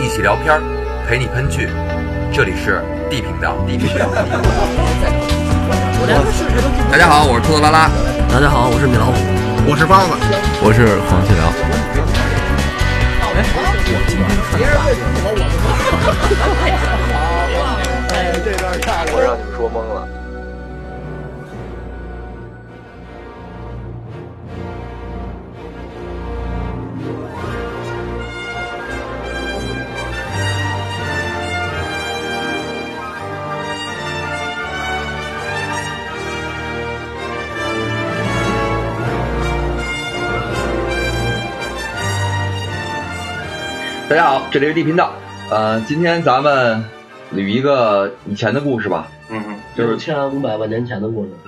一起聊片儿，陪你喷剧。这里是 D 频道。大家好，我是兔子拉拉。 大家好，我是米老虎。 我是包子。 我是黄继辽。 我让你们说懵了。 大家好，这里是 D 频道。今天咱们捋一个以前的故事吧。 就是6500万年前的故事。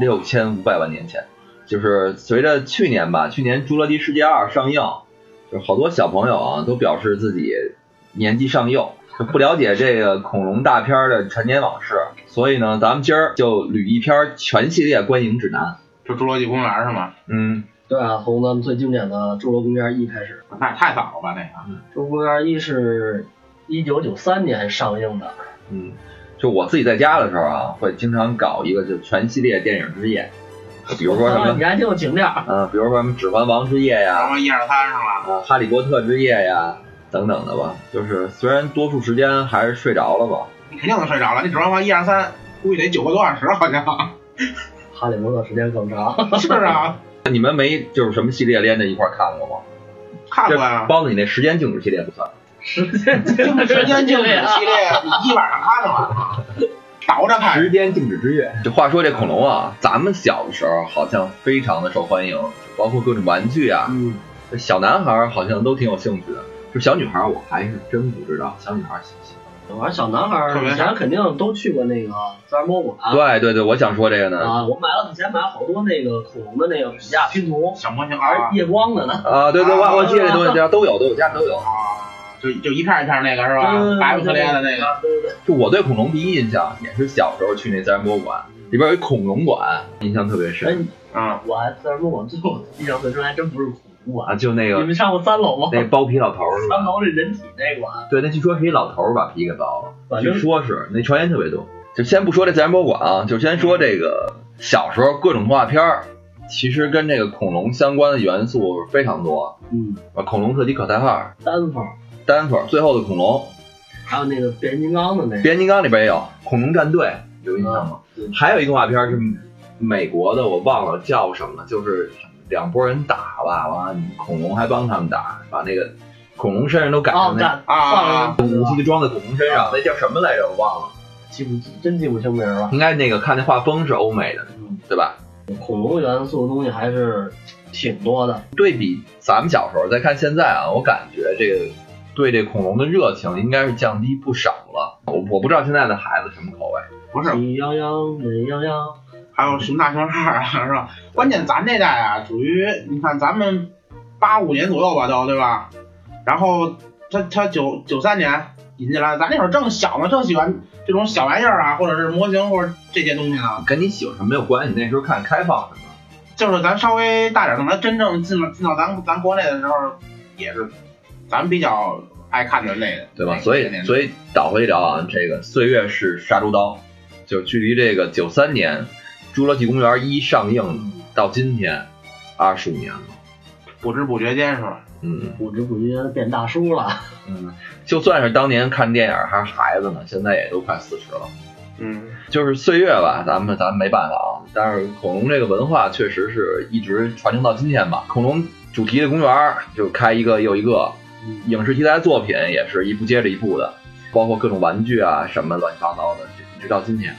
6500万年前，就是随着去年《侏罗纪世界2》上映，就是好多小朋友啊都表示自己年纪尚幼，就不了解这个恐龙大片的陈年往事。所以呢，咱们今儿就捋一篇全系列观影指南。 就侏罗纪公园是吗？ 对啊，从咱们最经典的《侏罗公园1》开始。 太早了吧那个？ 侏罗公园1是1993年上映的。 就我自己在家的时候啊，会经常搞一个就全系列电影之夜，比如说什么， 你还挺有情调。 比如说什么《指环王之夜》呀， 什么1、2、3是吧？ 哈利波特之夜呀，等等的吧。就是虽然多数时间还是睡着了吧。 你肯定能睡着了，你指环王1、2、3估计得9个多小时好像。 哈利波特时间更长。 是啊。 你们没就是什么系列连着一块看过吗？ 看过呀。 包括你那时间静止系列不算。 时间静止系列， 你一晚上看的吗？倒着看。 时间静止之月。就话说这恐龙啊，咱们小的时候好像非常的受欢迎，包括各种玩具啊。小男孩好像都挺有兴趣的，就小女孩我还是真不知道小女孩喜不喜欢。 玩小男孩以前肯定都去过那个自然博物馆。对，我想说这个呢。 我以前买了好多那个恐龙的那个骨架拼图， 小模型还是夜光的呢。 对，我记得这东西都有，家里都有。 就一片一片那个是吧？白不可怜的那个。 对。 就我对恐龙第一印象也是小时候去那自然博物馆，里边有一恐龙馆，印象特别深。 我还自然博物馆最后印象最深还真不是恐龙馆就那个。 你们上过3楼吗？ 那包皮老头是吧？ 3楼是人体那馆。 对，那据说是一老头把皮给包了，据说是那传言特别多。就先不说这自然博物馆啊，就先说这个小时候各种动画片其实跟这个恐龙相关的元素非常多。恐龙特级可赛号，丹佛，最后的恐龙， 还有那个变形金刚的那个。 变形金刚里边也有恐龙战队，有印象吗？还有一动画片是美国的，我忘了叫什么了，就是两拨人打吧，完了恐龙还帮他们打，把那个恐龙身上都改成武器就装在恐龙身上，那叫什么来着？我忘了， 真记不清名了。 应该那个看那画风是欧美的，对吧？ 恐龙元素的东西还是挺多的。对比咱们小时候再看现在啊，我感觉这个对这恐龙的热情应该是降低不少了。我不知道现在的孩子什么口味。 不是。 喜羊羊美羊羊。 还有熊大熊二啊，是吧？关键咱这代啊，属于你看咱们85年左右吧，都对吧？然后他93年引进来，咱那会儿正小嘛，正喜欢这种小玩意儿啊，或者是模型或者这些东西呢。 跟你喜欢什么没有关系，那时候看开放什么。 就是咱稍微大点，等咱真正进到咱国内的时候，也是咱比较爱看的那个， 对吧？所以倒回聊啊，这个岁月是杀猪刀，就距离这个93年。侏罗纪公园1上映到今天25年了， 不知不觉间是吧？ 不知不觉变大叔了。 就算是当年看电影还是孩子呢，现在也都快40了。就是岁月吧，咱们没办法啊。但是恐龙这个文化确实是一直传承到今天吧。恐龙主题的公园就开一个又一个，影视题材作品也是一部接着一部的，包括各种玩具啊什么乱七八糟的，一直到今天。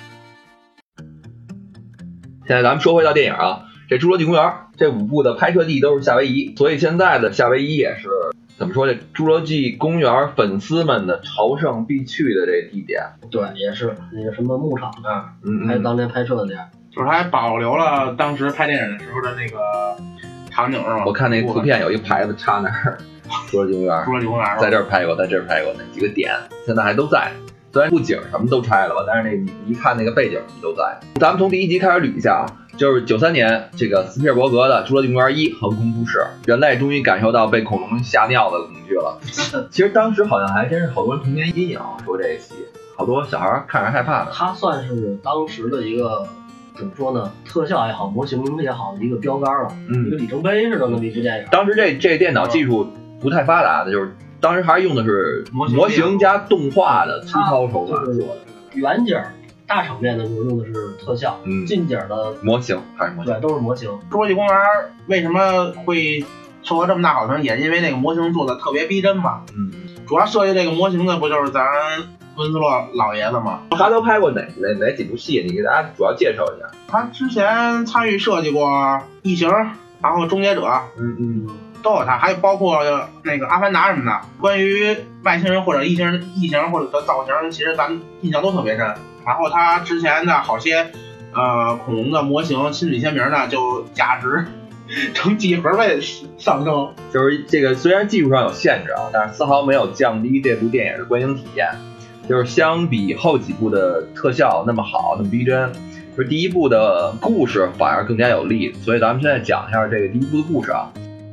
现在咱们说回到电影啊，这侏罗纪公园这5部的拍摄地都是夏威夷，所以现在的夏威夷也是怎么说，这侏罗纪公园粉丝们的朝圣必去的这地点。 对，也是那个什么牧场那儿，还有当年拍摄的点， 就是还保留了当时拍电影的时候的那个场景是吧？ 我看那图片有一牌子插那儿，侏罗纪公园，在这儿拍过，在这儿拍过，那几个点现在还都在。虽然布景什么都拆了吧，但是那你一看那个背景都在。咱们从第1集开始捋一下啊， 就是93年这个斯皮尔伯格的《侏罗纪公园1》横空出世，人类终于感受到被恐龙吓尿的恐惧了。其实当时好像还真是好多人童年阴影，说这个戏，好多小孩看着害怕的。 它算是当时的一个怎么说呢，特效也好，模型也好的一个标杆了，一个里程碑似的那么一部电影。 当时这电脑技术不太发达的，就是当时还是用的是模型加动画的粗糙手法做的。 远景大场面的时候用的是特效，近景的模型还是模型， 对，都是模型。 侏罗纪公园为什么会受到这么大好评，也因为那个模型做的特别逼真嘛。主要设计这个模型的不就是咱温斯洛老爷子吗？ 他都拍过哪几部戏？你给大家主要介绍一下。 他之前参与设计过《异形》，然后《终结者》，都有他，还有包括那个《阿凡达》什么的。关于外星人或者异形或者的造型，其实咱们印象都特别深。然后他之前的好些恐龙的模型亲笔签名呢，就价值成几何倍上升。 就是这个虽然技术上有限制啊，但是丝毫没有降低这部电影的观影体验。就是相比后几部的特效那么好那么逼真，就是第一部的故事反而更加有力。所以咱们现在讲一下这个第一部的故事啊。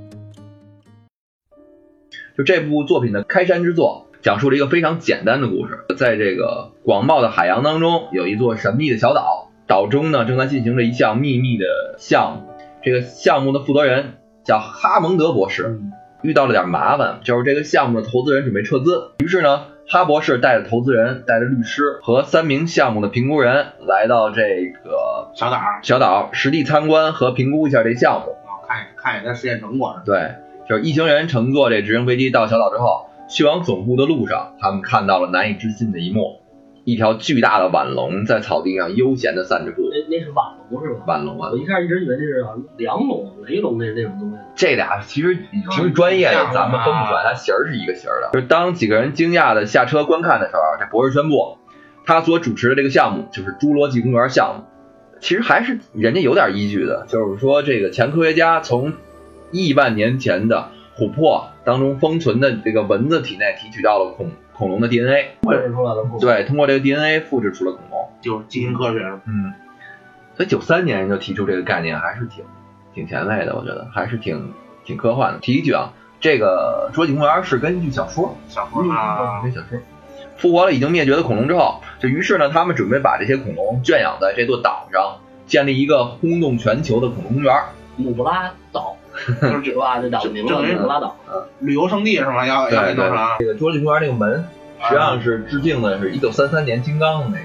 就这部作品的开山之作，讲述了一个非常简单的故事。在这个广袤的海洋当中，有一座神秘的小岛，岛中呢正在进行着一项秘密的项目。这个项目的负责人叫哈蒙德博士，遇到了点麻烦，就是这个项目的投资人准备撤资，于是呢哈博士带着投资人，带着律师和3名项目的评估人来到这个小岛实地参观和评估一下这项目， 看一下实验成果。 对，就是一行人乘坐这直升飞机到小岛之后，去往总部的路上，他们看到了难以置信的一幕，一条巨大的腕龙在草地上悠闲地散着步。 那是腕龙是吧？ 腕龙啊！ 我一开始一直以为这是梁龙、雷龙那种东西。 这俩其实挺专业的，咱们分不出来，它型儿是一个型儿的。就是当几个人惊讶的下车观看的时候，这博士宣布，他所主持的这个项目就是侏罗纪公园项目。其实还是人家有点依据的，就是说这个前科学家从亿万年前的琥珀当中封存的这个蚊子体内提取到了恐龙的 DNA， 复制出来的。 对，通过这个 DNA 复制出了恐龙， 就是基因科学。 所以93年人就提出这个概念，还是挺前卫的，我觉得还是挺科幻的。提一句啊，这个《侏罗纪公园》是根据小说啊，跟小说复活了已经灭绝的恐龙之后，就于是呢，他们准备把这些恐龙圈养在这座岛上，建立一个轰动全球的恐龙公园—— 姆布拉岛。就是吧，这岛名字姆布拉岛， 旅游胜地是吗？要给弄上。 这个《侏罗纪公园》那个门，实际上是致敬的是1933年金刚的那个。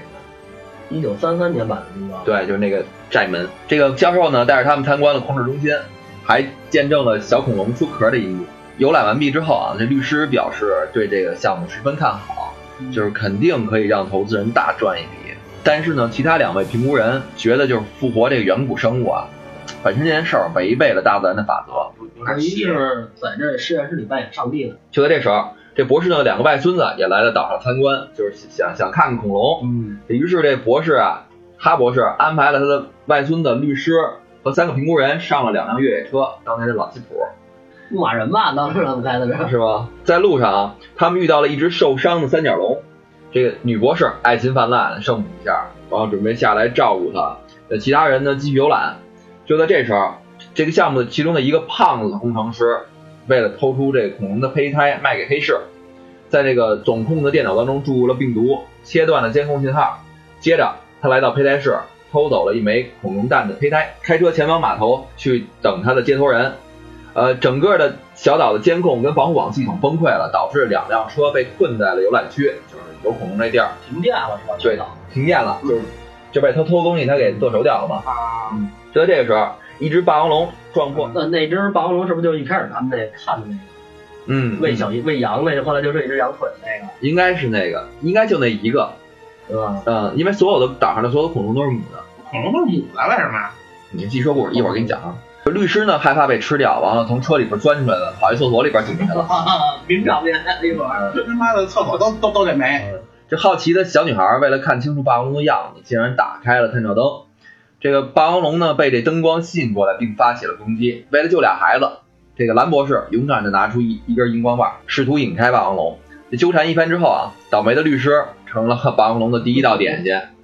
1933年版的金刚。 对，就是那个寨门。这个教授呢，带着他们参观了控制中心，还见证了小恐龙出壳的一幕。游览完毕之后啊，这律师表示对这个项目十分看好，就是肯定可以让投资人大赚一笔。但是呢，其他2位评估人觉得就是复活这个远古生物啊，本身这件事儿违背了大自然的法则， 一定是在这实验室里扮演上帝的。 就在这时候，这博士的2个外孙子也来到岛上参观，就是想看看恐龙。于是这博士啊，哈博士安排了他的外孙子、律师和3个评估人上了2辆越野车，当年的老吉普。 牧马人吧，当时他们开的是吧？在路上啊，他们遇到了一只受伤的3角龙。这个女博士爱心泛滥，圣母一下，然后准备下来照顾他。其他人呢继续游览。就在这时候，这个项目的其中的一个胖子工程师，为了偷出这个恐龙的胚胎卖给黑市，在这个总控的电脑当中注入了病毒，切断了监控信号。接着他来到胚胎室，偷走了1枚恐龙蛋的胚胎，开车前往码头去等他的接头人。整个的小岛的监控跟防护网系统崩溃了，导致2辆车被困在了游览区，就是有恐龙那地儿。 停电了是吧？ 对，停电了，就被他偷东西他给剁手掉了嘛。就在这个时候，一只霸王龙撞破。 那只霸王龙是不是就一开始咱们那看的那个？喂羊那个，后来就是一只羊腿那个。 应该是那个，应该就那一个， 对吧？ 因为所有的岛上的所有的恐龙都是母的。 恐龙都是母的，为什么？ 你继续说故事，一会儿给你讲啊。律师呢害怕被吃掉，完了从车里边钻出来了，跑去厕所里边进去了。 明场面一会儿， 他妈的厕所都得没。 这好奇的小女孩为了看清楚霸王龙的样子，竟然打开了探照灯。这个霸王龙呢被这灯光吸引过来，并发起了攻击。为了救俩孩子，这个兰博士勇敢地拿出一根荧光棒，试图引开霸王龙。这纠缠一番之后啊，倒霉的律师成了霸王龙的第一道点心。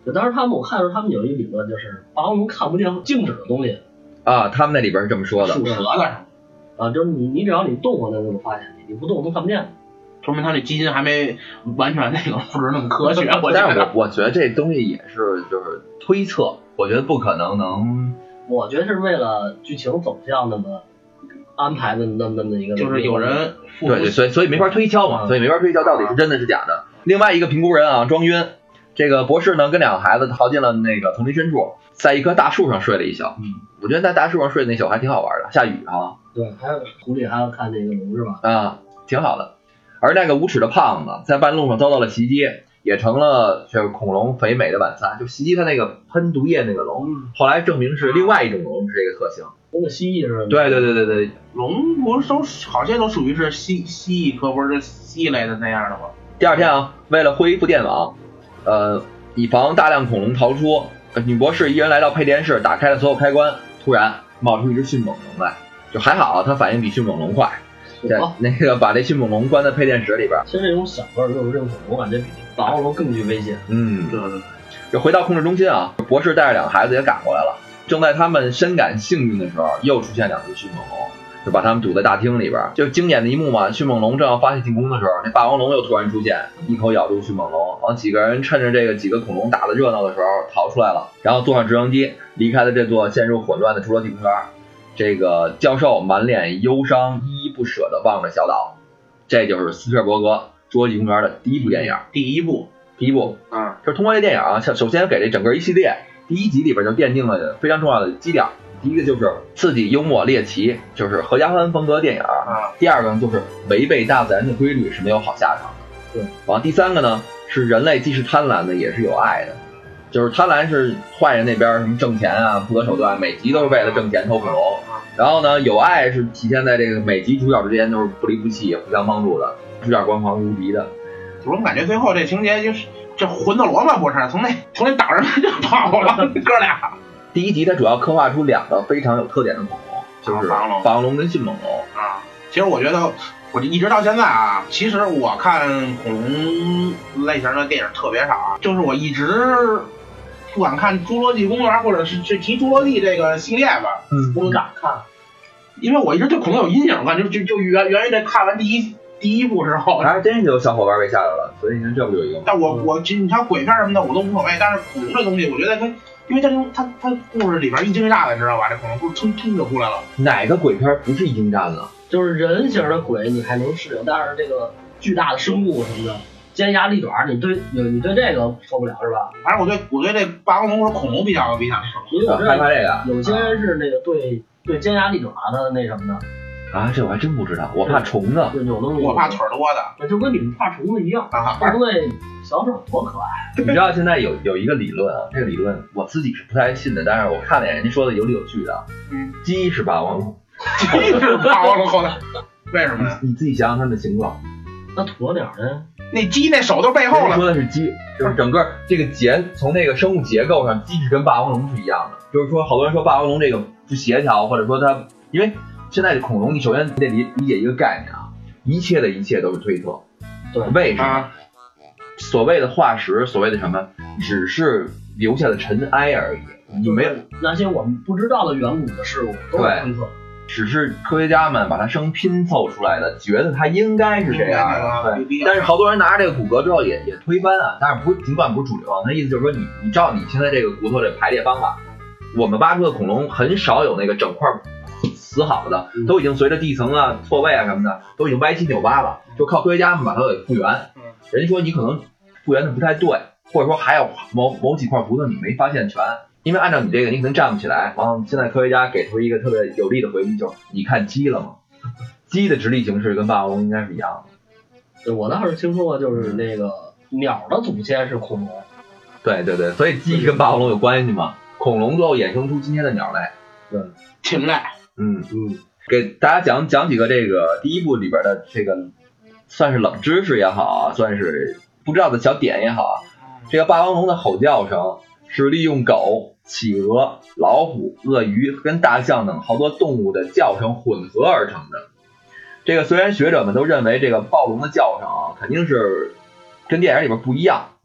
就当时我看的时候，他们有一个理论，就是霸王龙看不见静止的东西啊，他们那里边是这么说的， 属蛇的啊，就是你只要你动过，它就能发现你不动都看不见。 说明他这基因还没完全那个复制那么科学。 但是我觉得这东西也是就是推测，我觉得不可能。 我觉得是为了剧情走向那么安排的那么一个， 就是有人对，所以没法推敲嘛，所以没法推敲到底是真的是假的。另外一个评估人啊，庄晕，这个博士呢跟两个孩子逃进了那个丛林深处，在一棵大树上睡了一宿。我觉得在大树上睡那宿还挺好玩的，下雨啊。 对，还有湖里还要看那个龙是吧？ 啊，挺好的。而那个无耻的胖子在半路上遭到了袭击，也成了这个恐龙肥美的晚餐。就袭击他那个喷毒液那个龙，后来证明是另外一种龙是这个特性， 跟个蜥蜴似的。 对， 龙不是都好些都属于是蜥蜴科，不是蜥类的那样的吗？ 第二天啊，为了恢复电网，以防大量恐龙逃出，女博士一人来到配电室，打开了所有开关，突然冒出一只迅猛龙来，就还好她反应比迅猛龙快。那个把这迅猛龙关在配电室里边。 其实这种小个儿肉肉恐龙，感觉比霸王龙更具威胁。 对。就回到控制中心啊，博士带着两个孩子也赶过来了。正在他们深感幸运的时候，又出现两只迅猛龙，就把他们堵在大厅里边。就经典的一幕嘛，迅猛龙正要发起进攻的时候，那霸王龙又突然出现，一口咬住迅猛龙。然后几个人趁着这个几个恐龙打得热闹的时候逃出来了，然后坐上直升机离开了这座陷入混乱的侏罗纪公园。这个教授满脸忧伤，依依不舍地望着小岛。这就是斯皮尔伯格《侏罗纪公园》的第一部电影。第一部就是通过这电影啊，首先给这整个一系列第一集里边就奠定了非常重要的基调。第一个就是刺激、幽默、猎奇，就是合家欢风格的电影。第二个呢，就是违背大自然的规律是没有好下场的。 对。 然后第三个呢，是人类既是贪婪的，也是有爱的。就是贪婪是坏人那边什么挣钱啊，不择手段，每集都是为了挣钱偷恐龙。然后呢，有爱是体现在这个每集主角之间都是不离不弃，互相帮助的，主角光环无敌的。 我感觉最后这情节就是这魂斗罗嘛，不是从那岛上就跑了，哥俩。 第一集它主要刻画出两个非常有特点的恐龙，就是霸王龙跟迅猛龙啊。其实我觉得，我一直到现在啊，其实我看恐龙类型的电影特别少，就是我一直不敢看侏罗纪公园，或者是提侏罗纪这个系列吧， 不敢看， 因为我一直对恐龙有阴影感，就源于这看完第一部之后， 还真有小伙伴被吓着了，所以你看这不就一个。 但你像鬼片什么的我都无所谓，但是恐龙这东西，我觉得它，因为它故事里边一惊一乍的，知道吧？这恐龙都冲就出来了。 哪个鬼片不是一惊一乍的？ 就是人形的鬼你还能适应，但是这个巨大的生物什么的。尖牙利爪，你对这个受不了是吧？ 反正我对这霸王龙或者恐龙比较因为我害怕这个。 有些人是那个对尖牙利爪的那什么的啊，这我还真不知道，我怕虫子。 有东西我怕腿多的， 那就跟你们怕虫子一样。虫子小手多可爱。 你知道现在有一个理论啊，这个理论我自己是不太信的，但是我看了人家说的有理有据的。鸡是霸王龙， 鸡是霸王龙后来，为什么呀？ 你自己想想它们的形状。 那鸵鸟呢？ 那鸡那手都背后了。 说的是鸡，就是整个这个从那个生物结构上，鸡是跟霸王龙是一样的。就是说，好多人说霸王龙这个不协调，或者说它，因为现在的恐龙，你首先得理解一个概念啊，一切的一切都是推测。 对， 为什么？所谓的化石，所谓的什么，只是留下的尘埃而已。你没有那些我们不知道的远古的事物都是推测。 只是科学家们把它生拼凑出来的，觉得它应该是这样的。对，但是好多人拿着这个骨骼之后也推翻啊，但是尽管不是主流，那意思就是说你照你现在这个骨头这排列方法，我们挖出的恐龙很少有那个整块死好的，都已经随着地层啊、错位啊什么的，都已经歪七扭八了，就靠科学家们把它给复原。人家说你可能复原的不太对，或者说还有某几块骨头你没发现全。因为按照你这个，你可能站不起来。然后现在科学家给出一个特别有力的回击，就是你看鸡了吗？鸡的直立形式跟霸王龙应该是一样的。 对，我倒是听说过，就是那个鸟的祖先是恐龙。 对，所以鸡跟霸王龙有关系吗？恐龙最后衍生出今天的鸟类。 对， 禽类。 给大家讲几个这个第一部里边的这个算是冷知识也好啊，算是不知道的小点也好啊。这个霸王龙的吼叫声是利用狗、企鹅、老虎、鳄鱼跟大象等好多动物的叫声混合而成的。这个虽然学者们都认为这个暴龙的叫声啊肯定是跟电影里边不一样，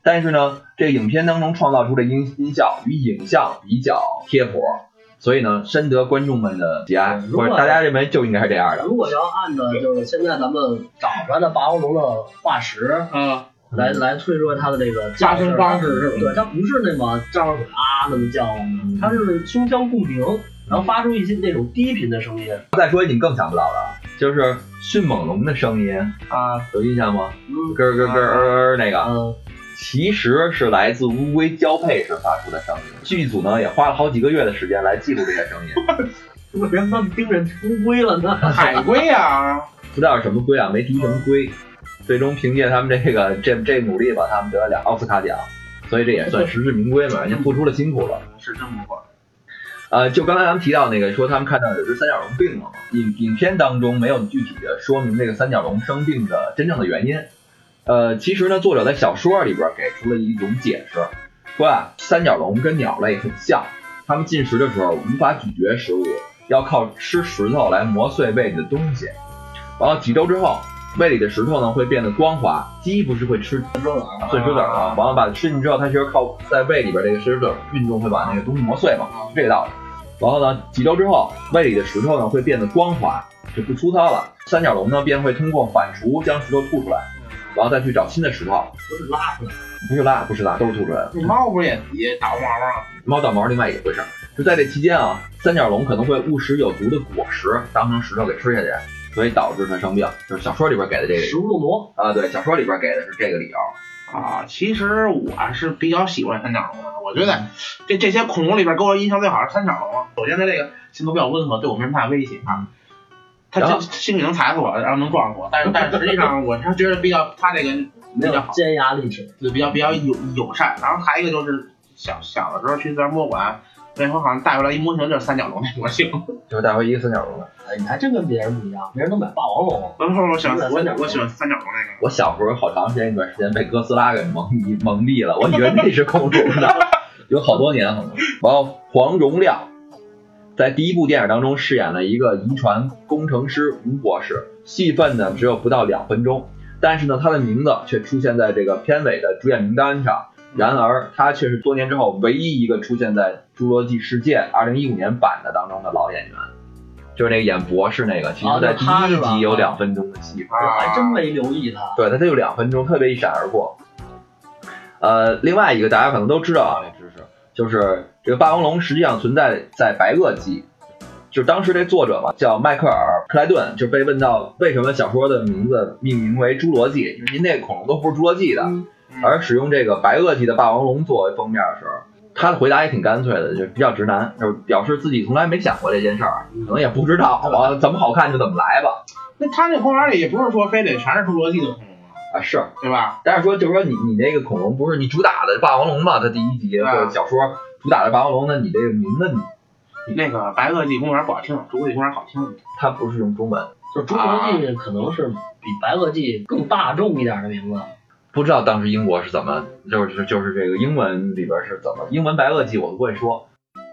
但是呢，这个影片当中创造出的音效与影像比较贴谱，所以呢，深得观众们的喜爱，或者大家认为就应该是这样的。 如果要按照就是现在咱们找出来的霸王龙的化石，来推说它的这个发声方式是吧？ 对，它不是那么张着嘴那么叫，它是胸腔共鸣，然后发出一些那种低频的声音。 再说一你更想不到的，就是迅猛龙的声音有印象吗？咯咯咯那个。其实是来自乌龟交配时发出的声音，剧组呢也花了好几个月的时间来记录这些声音。 为什么盯着乌龟了呢？ 海龟啊， 不知道是什么龟啊，没提什么龟。最终凭借他们这努力吧，他们得了2奥斯卡奖，所以这也算实至名归嘛，人家付出了辛苦了， 是真不错。 就刚才咱们提到那个说他们看到有只三角龙病了嘛，影片当中没有具体的说明这个三角龙生病的真正的原因。其实呢，作者在小说里边给出了一种解释，说三角龙跟鸟类很像，它们进食的时候无法咀嚼食物，要靠吃石头来磨碎胃里的东西。然后几周之后，胃里的石头呢会变得光滑。鸡不是会吃碎石子吗？完了把它吃进之后，它其实靠在胃里边这个石子运动会把那个东西磨碎嘛，是这个道理。然后呢，几周之后，胃里的石头呢会变得光滑，就不粗糙了。三角龙呢便会通过反刍将石头吐出来。然后再去找新的石头， 不是拉出来， 不是拉，都是吐出来的。 猫不是也倒毛啊？ 猫倒毛另外一回事。就在这期间啊，三角龙可能会误食有毒的果实，当成石头给吃下去，所以导致它生病。就是小说里边给的这个食物中毒啊，对，小说里边给的是这个理由啊。其实我是比较喜欢三角龙的，我觉得这些恐龙里边给我印象最好是三角龙。首先它这个性格比较温和，对我没什么大威胁啊。他兴许能踩死我，然后能撞死我，但是实际上我觉得他这个比较好， 尖牙利齿， 就比较友善。然后还有一个就是小的时候去自然博物馆，那时候好像带回来一模型就是三角龙那模型， 就是带回一个三角龙的。 哎，你还真跟别人不一样，别人都买霸王龙。 我喜欢三角龙那个。 我小时候好长时间一段时间被哥斯拉给蒙蔽了，我以为那是恐龙的，有好多年可能。然后黄荣亮在第一部电影当中饰演了一个遗传工程师吴博士，戏份呢只有不到2分钟，但是呢他的名字却出现在这个片尾的主演名单上。然而他却是多年之后唯一一个出现在《侏罗纪世界》2015年版的当中的老演员，就是那个演博士那个，其实在第一集有2分钟的戏份， 我还真没留意他。 对，他就2分钟，特别一闪而过。另外一个大家可能都知道啊，这知识就是这个霸王龙实际上存在在白垩纪，就是当时这作者嘛叫迈克尔·克莱顿，就被问到为什么小说的名字命名为侏罗纪，因为您那个恐龙都不是侏罗纪的，而使用这个白垩纪的霸王龙作为封面的时候，他的回答也挺干脆的，就比较直男，就是表示自己从来没想过这件事儿，可能也不知道我怎么好看就怎么来吧。 那他那公园里也不是说非得全是侏罗纪的恐龙啊，是对吧？ 但是说就是说你那个恐龙不是你主打的霸王龙嘛？它第一集或者小说主打的霸王龙，那你这个名字你那个白垩纪公园不好听，侏罗纪公园好听。 它不是用中文， 就是侏罗纪可能是比白垩纪更大众一点的名字。 不知道当时英国是怎么，就是这个英文里边是怎么，英文白垩纪我都不会说。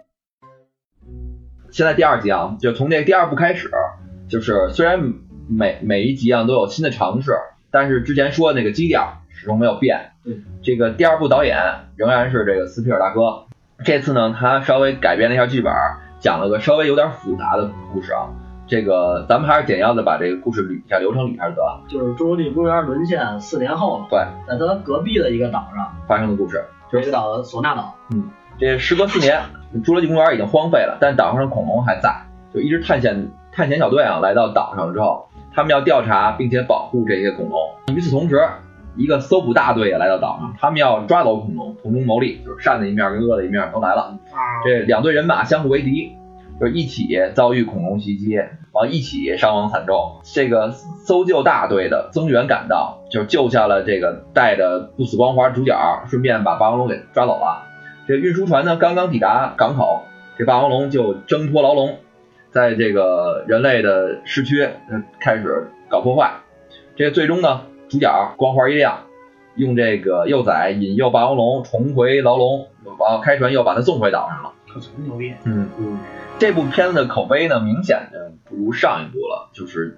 现在第2集啊，就从这个第2部开始，就是虽然每一集啊都有新的尝试，但是之前说的那个基调始终没有变。这个第2部导演仍然是这个斯皮尔大哥，这次呢他稍微改编了一下剧本，讲了个稍微有点复杂的故事啊。这个咱们还是简要的把这个故事捋一下，流程捋一下就得了。 就是侏罗纪公园沦陷4年后了， 对， 在他隔壁的一个岛上发生的故事， 这个岛索纳岛。 这时隔4年，侏罗纪公园已经荒废了，但岛上的恐龙还在。就一支探险小队啊来到岛上之后，他们要调查并且保护这些恐龙。与此同时，一个搜捕大队也来到岛上，他们要抓走恐龙，从中牟利，就是善的一面跟恶的一面都来了。这2队人马相互为敌，就是一起遭遇恐龙袭击，一起伤亡惨重。这个搜救大队的增援赶到，就救下了这个带着不死光环主角，顺便把霸王龙给抓走了。这个运输船呢刚刚抵达港口，这霸王龙就挣脱牢笼，在这个人类的市区开始搞破坏。这个最终呢，主角光环一亮，用这个幼崽引诱霸王龙重回牢笼，开船又把它送回岛上了。 可真牛逼！ 这部片子的口碑呢，明显的不如上一部了，就是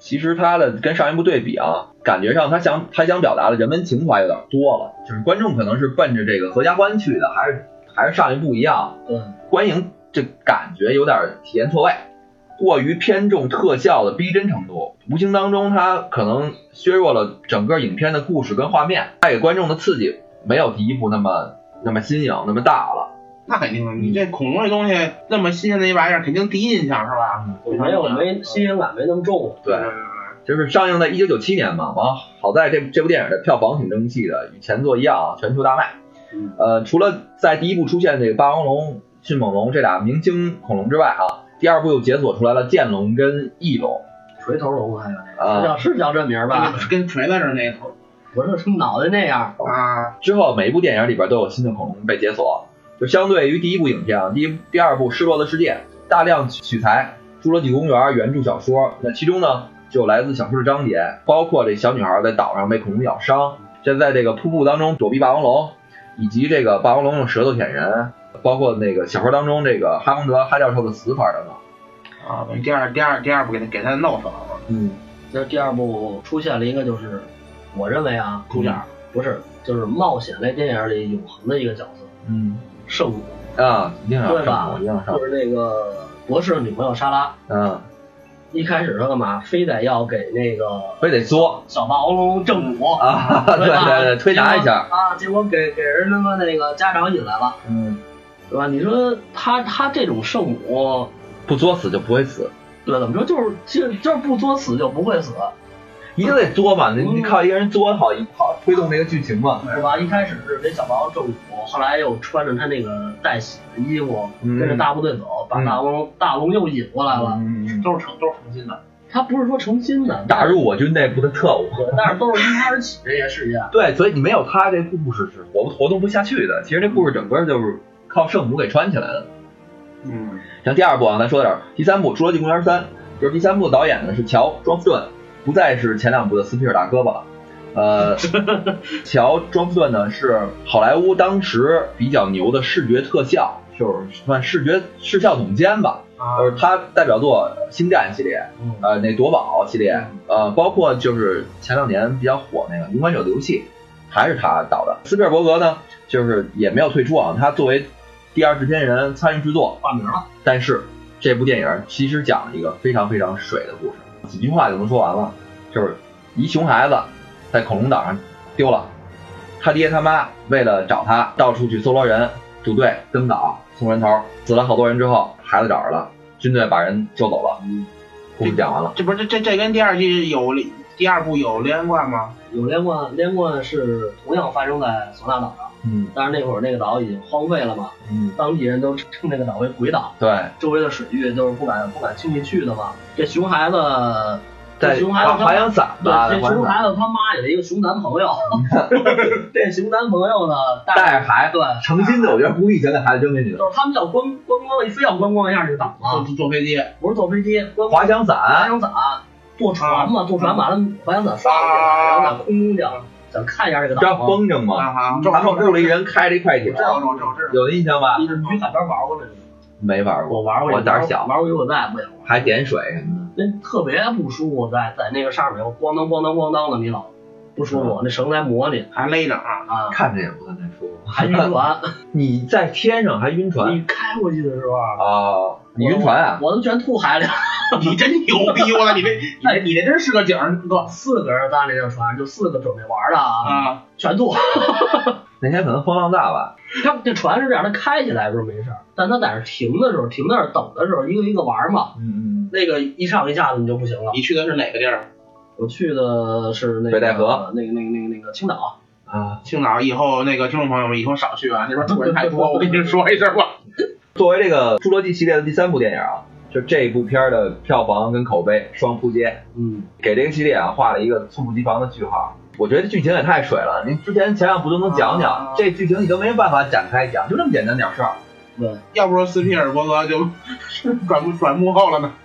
其实它的跟上一部对比啊，感觉上他想表达的人文情怀有点多了，就是观众可能是奔着这个合家欢去的，还是上一部一样，观影这感觉有点体验错位，过于偏重特效的逼真程度，无形当中它可能削弱了整个影片的故事跟画面，带给观众的刺激没有第一部那么新颖那么大了。 那肯定，你这恐龙这东西那么新鲜的一玩意儿，肯定第一印象是吧？ 没新鲜感没那么重。 对，就是上映在1997年嘛，好在这部电影的票房挺争气的，与前作一样全球大卖。除了在第一部出现这个霸王龙、迅猛龙这俩明星恐龙之外啊，第二部又解锁出来了剑龙跟翼龙、 锤头龙，还有那个是叫这名吧？ 跟锤子似的那头， 不是脑袋那样啊。 之后每一部电影里边都有新的恐龙被解锁。就相对于第一部影片啊，第二部《失落的世界》大量取材《侏罗纪公园》原著小说，那其中呢就有来自小说的章节，包括这小女孩在岛上被恐龙咬伤，这在这个瀑布当中躲避霸王龙，以及这个霸王龙用舌头舔人，包括那个小说当中这个哈蒙德哈教授的死法等等。 啊，第二部给他弄死了。 这第二部出现了一个就是我认为啊，主角不是就是冒险类电影里永恒的一个角色，圣母啊，一定要对吧？ 一定要上， 就是那个博士的女朋友莎拉。一开始他干嘛？非得要给那个非得作小霸王龙正午啊，对，推拿一下啊，结果给人他妈那个家长引来了，对吧？你说他这种圣母不作死就不会死， 对，怎么说就是不作死就不会死。 一定得作嘛，你靠一个人作好推动这个剧情嘛， 是吧？一开始是给小霸王正午，后来又穿着他那个带血的衣服，跟着大部队走，把大龙又引过来了， 都是诚心的。 他不是说诚心的， 打入我军内部的特务， 但是都是因他而起这些事件。 对，所以你没有他，这故事是活动不下去的。其实这故事整个就是靠圣母给穿起来的。像第二部啊，咱说到这儿，第三部《侏罗纪公园3》，就是第三部的导演呢是乔·庄夫顿。不再是前两部的斯皮尔大胳膊了，乔·庄夫顿呢是好莱坞当时比较牛的视觉特效，就是算视效总监吧，就是他代表作《星战》系列，那夺宝系列，包括就是前两年比较火那个《勇敢者的游戏》，还是他导的。斯皮尔伯格呢，就是也没有退出啊，他作为第二制片人参与制作， 挂名了。 但是这部电影其实讲了一个非常非常水的故事。几句话就能说完了，就是一熊孩子在恐龙岛上丢了，他爹他妈为了找他到处去搜罗人，组队登岛送人头，死了好多人之后孩子找着了，军队把人救走了。故事讲完了。 这不是这跟第二第二部有连贯吗？ 有连贯是同样发生在索纳岛上。但是那会儿那个岛已经荒废了嘛，当地人都称这个岛为鬼岛， 对， 周围的水域都是不敢轻易去的嘛。这熊孩子在滑翔伞吧， 这熊孩子他妈有一个熊男朋友，这熊男朋友呢带着孩子， 对， 诚心的，我觉得故意想给孩子扔进去的， 就是他们要观光，非要观光一下这个岛嘛， 坐飞机， 不是坐飞机， 滑翔伞， 坐船嘛，坐船把那滑翔伞刷过去，然后在空中想看一下这个岛， 知道风筝吗？他们雇了一人开了一快艇，有印象吧？ 你是去海边玩过没？ 没玩过， 我玩过， 我胆小， 玩过我再也不想玩， 还点水什么的， 那特别不舒服，在那个上面有咣当咣当咣当的，你老不舒服，那绳子还磨你， 还勒着啊， 看着也不太舒服， 还晕船。 你在天上还晕船？ 你开过去的时候啊，你晕船啊？ 我都全吐海里了。 你真牛逼！我操，你这真是个景儿，哥 ，4个人在那条船，就4个准备玩的啊，全吐。 那天可能风浪大吧？ 他这船是这样，他开起来的时候没事，但他在那停的时候，停在那等的时候，一个一个玩嘛。那个一上一下子你就不行了。 你去的是哪个地儿？ 我去的是那个北戴河， 那个青岛啊。青岛以后那个听众朋友们以后少去啊，那边土人太多，我跟你说一声吧。 作为这个侏罗纪系列的第3部电影啊，就这一部片的票房跟口碑双扑街，给这个系列啊画了一个猝不及防的句号。我觉得剧情也太水了，你之前前两部都能讲讲，这剧情你都没办法展开讲，就这么简单点事儿。 对， 要不说斯皮尔伯格就转幕后了呢。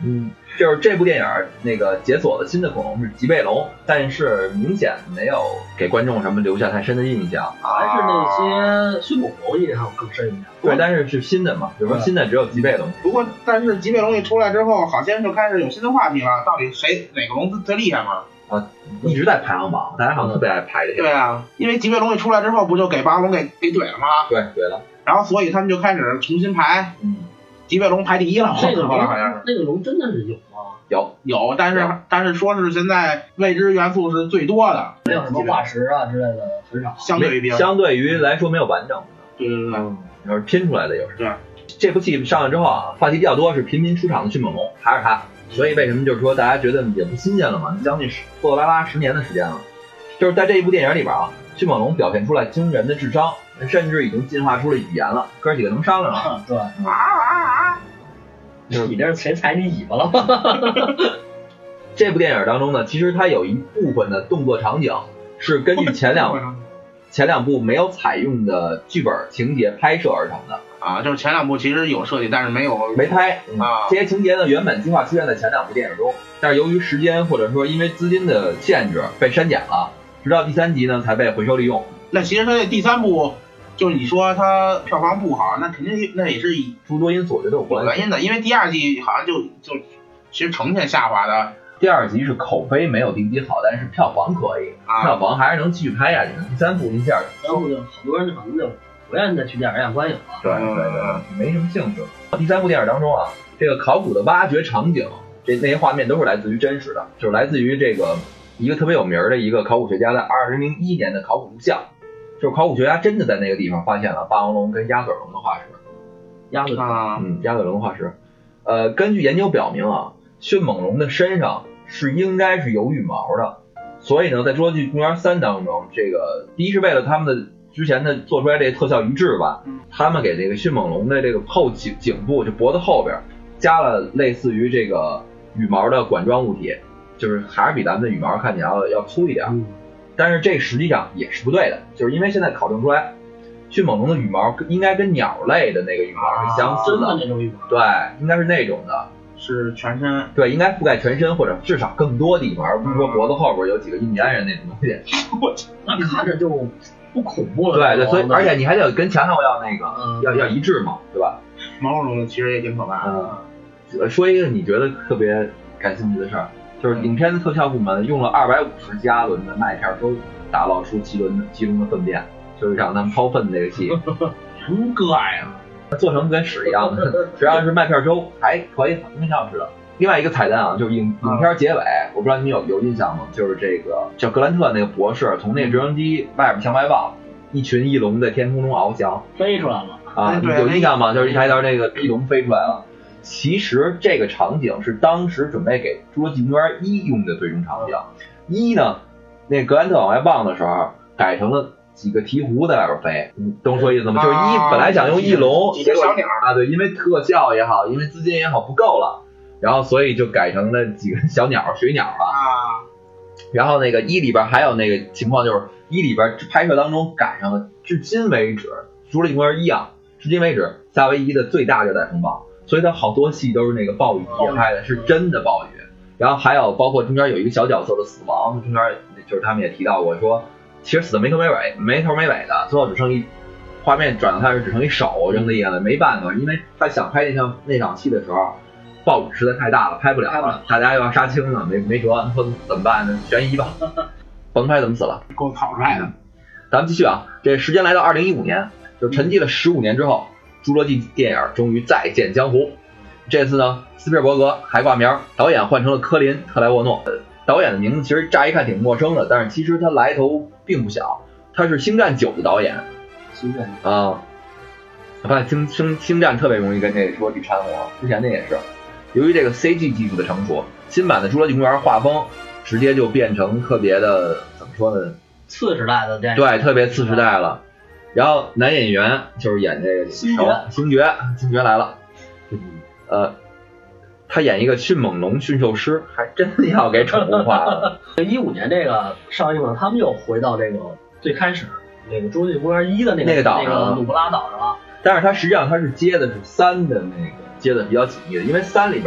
就是这部电影那个解锁的新的恐龙是棘背龙，但是明显没有给观众什么留下太深的印象， 还是那些迅猛龙印象更深一点。 对，但是是新的嘛，比如说新的只有棘背龙。 不过，但是棘背龙一出来之后，好像就开始有新的话题了，到底哪个龙最厉害嘛？ 一直在排行榜，大家好像特别爱排这些。 对啊，因为棘背龙一出来之后，不就给霸王龙给怼了吗？ 对了。 然后所以他们就开始重新排，棘背龙排第一了。 这个龙好像是那个龙真的是有吗？ 有，但是说是现在未知元素是最多的， 没有什么化石啊之类的很少。 相对于来说没有完整的。 对， 要是拼出来的有时。 对， 这部戏上了之后啊，话题比较多是频频出场的迅猛龙，还是他。所以为什么就是说大家觉得也不新鲜了嘛？将近拖拖拉拉10年的时间了，就是在这一部电影里边啊，迅猛龙表现出来惊人的智商，甚至已经进化出了语言了，哥几个能商量了。 对，就是你这是谁踩你尾巴了吗？ 这部电影当中呢，其实它有一部分的动作场景是根据前两部没有采用的剧本情节拍摄而成的。 就是前两部其实有设计，但是没拍这些情节呢，原本计划出现在前两部电影中，但是由于时间或者说因为资金的限制被删减了，直到第3集呢才被回收利用。 那其实它这第3部，就是你说它票房不好，那肯定那也是诸多因素，这都有关系。 原因的，因为第2季好像就其实呈现下滑的。 第2集是口碑没有第1集好，但是票房可以，票房还是能继续拍下去的。第3部一下， 然后就好多人可能就不愿意再去电影院观影了。 对，没什么兴趣。第3部电影当中啊，这个考古的挖掘场景，那些画面都是来自于真实的，就是来自于这个一个特别有名的一个考古学家在2001年的考古录像，就是考古学家真的在那个地方发现了霸王龙跟鸭嘴龙的化石。鸭嘴龙的化石。根据研究表明啊，迅猛龙的身上应该是有羽毛的，所以呢，在《侏罗纪公园3》当中，这个第一是为了他们的之前的做出来这个特效一致吧，他们给这个迅猛龙的这个后颈部就脖子后边加了类似于这个羽毛的管状物体，就是还是比咱们的羽毛看起来要粗一点，但是这实际上也是不对的，就是因为现在考证出来，迅猛龙的羽毛应该跟鸟类的那个羽毛是相似的， 真的那种羽毛， 对，应该是那种的。 是全身， 对，应该覆盖全身或者至少更多地方，而不是说脖子后边有几个印第安人那种东西。 那看着就不恐怖了。 对，所以而且你还得跟强调要那个要一致嘛，对吧？ 毛茸茸的其实也挺可怕的。说一个你觉得特别感兴趣的事儿，就是影片的特效部门用了250加仑的麦片粥打捞出其中的粪便，就是让他们掏粪的那个戏。 真个呀！ 做成跟屎一样的，实际上是麦片粥，还可以很好吃的。另外一个彩蛋啊，就是影片结尾，我不知道你有印象吗？就是这个叫格兰特那个博士从那个直升机外边向外望，一群翼龙在天空中翱翔， 飞出来了啊！有印象吗？就是一抬头那个翼龙飞出来了。其实这个场景是当时准备给《侏罗纪公园1》用的最终场景。1呢，那格兰特往外望的时候改成了几个鹈鹕在外边飞，懂说意思吗？就是本来想用翼龙， 几个小鸟啊，对，因为特效也好，因为资金也好不够了，然后所以就改成了几个小鸟，水鸟了。然后那个1里边还有那个情况，就是1里边拍摄当中赶上了至今为止《侏罗纪公园1》啊，至今为止夏威夷的最大热带风暴，所以它好多戏都是那个暴雨节拍的，是真的暴雨。然后还有包括中间有一个小角色的死亡，中间就是他们也提到过说。其实死的没头没尾的，最后只剩画面转到他是只剩一手扔地下了，没办法，因为他想拍那场戏的时候，暴雨实在太大了，拍不了了，大家又要杀青了，没辙，说怎么办呢？悬疑吧，甭拍怎么死了， 够草率的。 咱们继续啊，这时间来到2015年，就沉寂了15年之后，侏罗纪电影终于再见江湖。这次呢，斯皮尔伯格还挂名，导演换成了科林·特莱沃诺。导演的名字其实乍一看挺陌生的，但是其实他来头并不小，他是《星战9》的导演。 星战啊，我发现星战特别容易跟这个侏罗纪掺和，之前那也是。由于这个 CG 技术的成熟，新版的《侏罗纪公园》画风直接就变成特别的怎么说呢？ 次时代的电影。 对，特别次时代了。然后男演员就是演这个星爵来了，他演一个迅猛龙驯兽师，还真要给宠物化了。 15年这个上映了，他们又回到这个最开始那个《侏罗纪公园1》的那个岛上， 那个努布拉岛上了。 但是他实际上他是接的是3的那个接的比较紧密的，因为3里边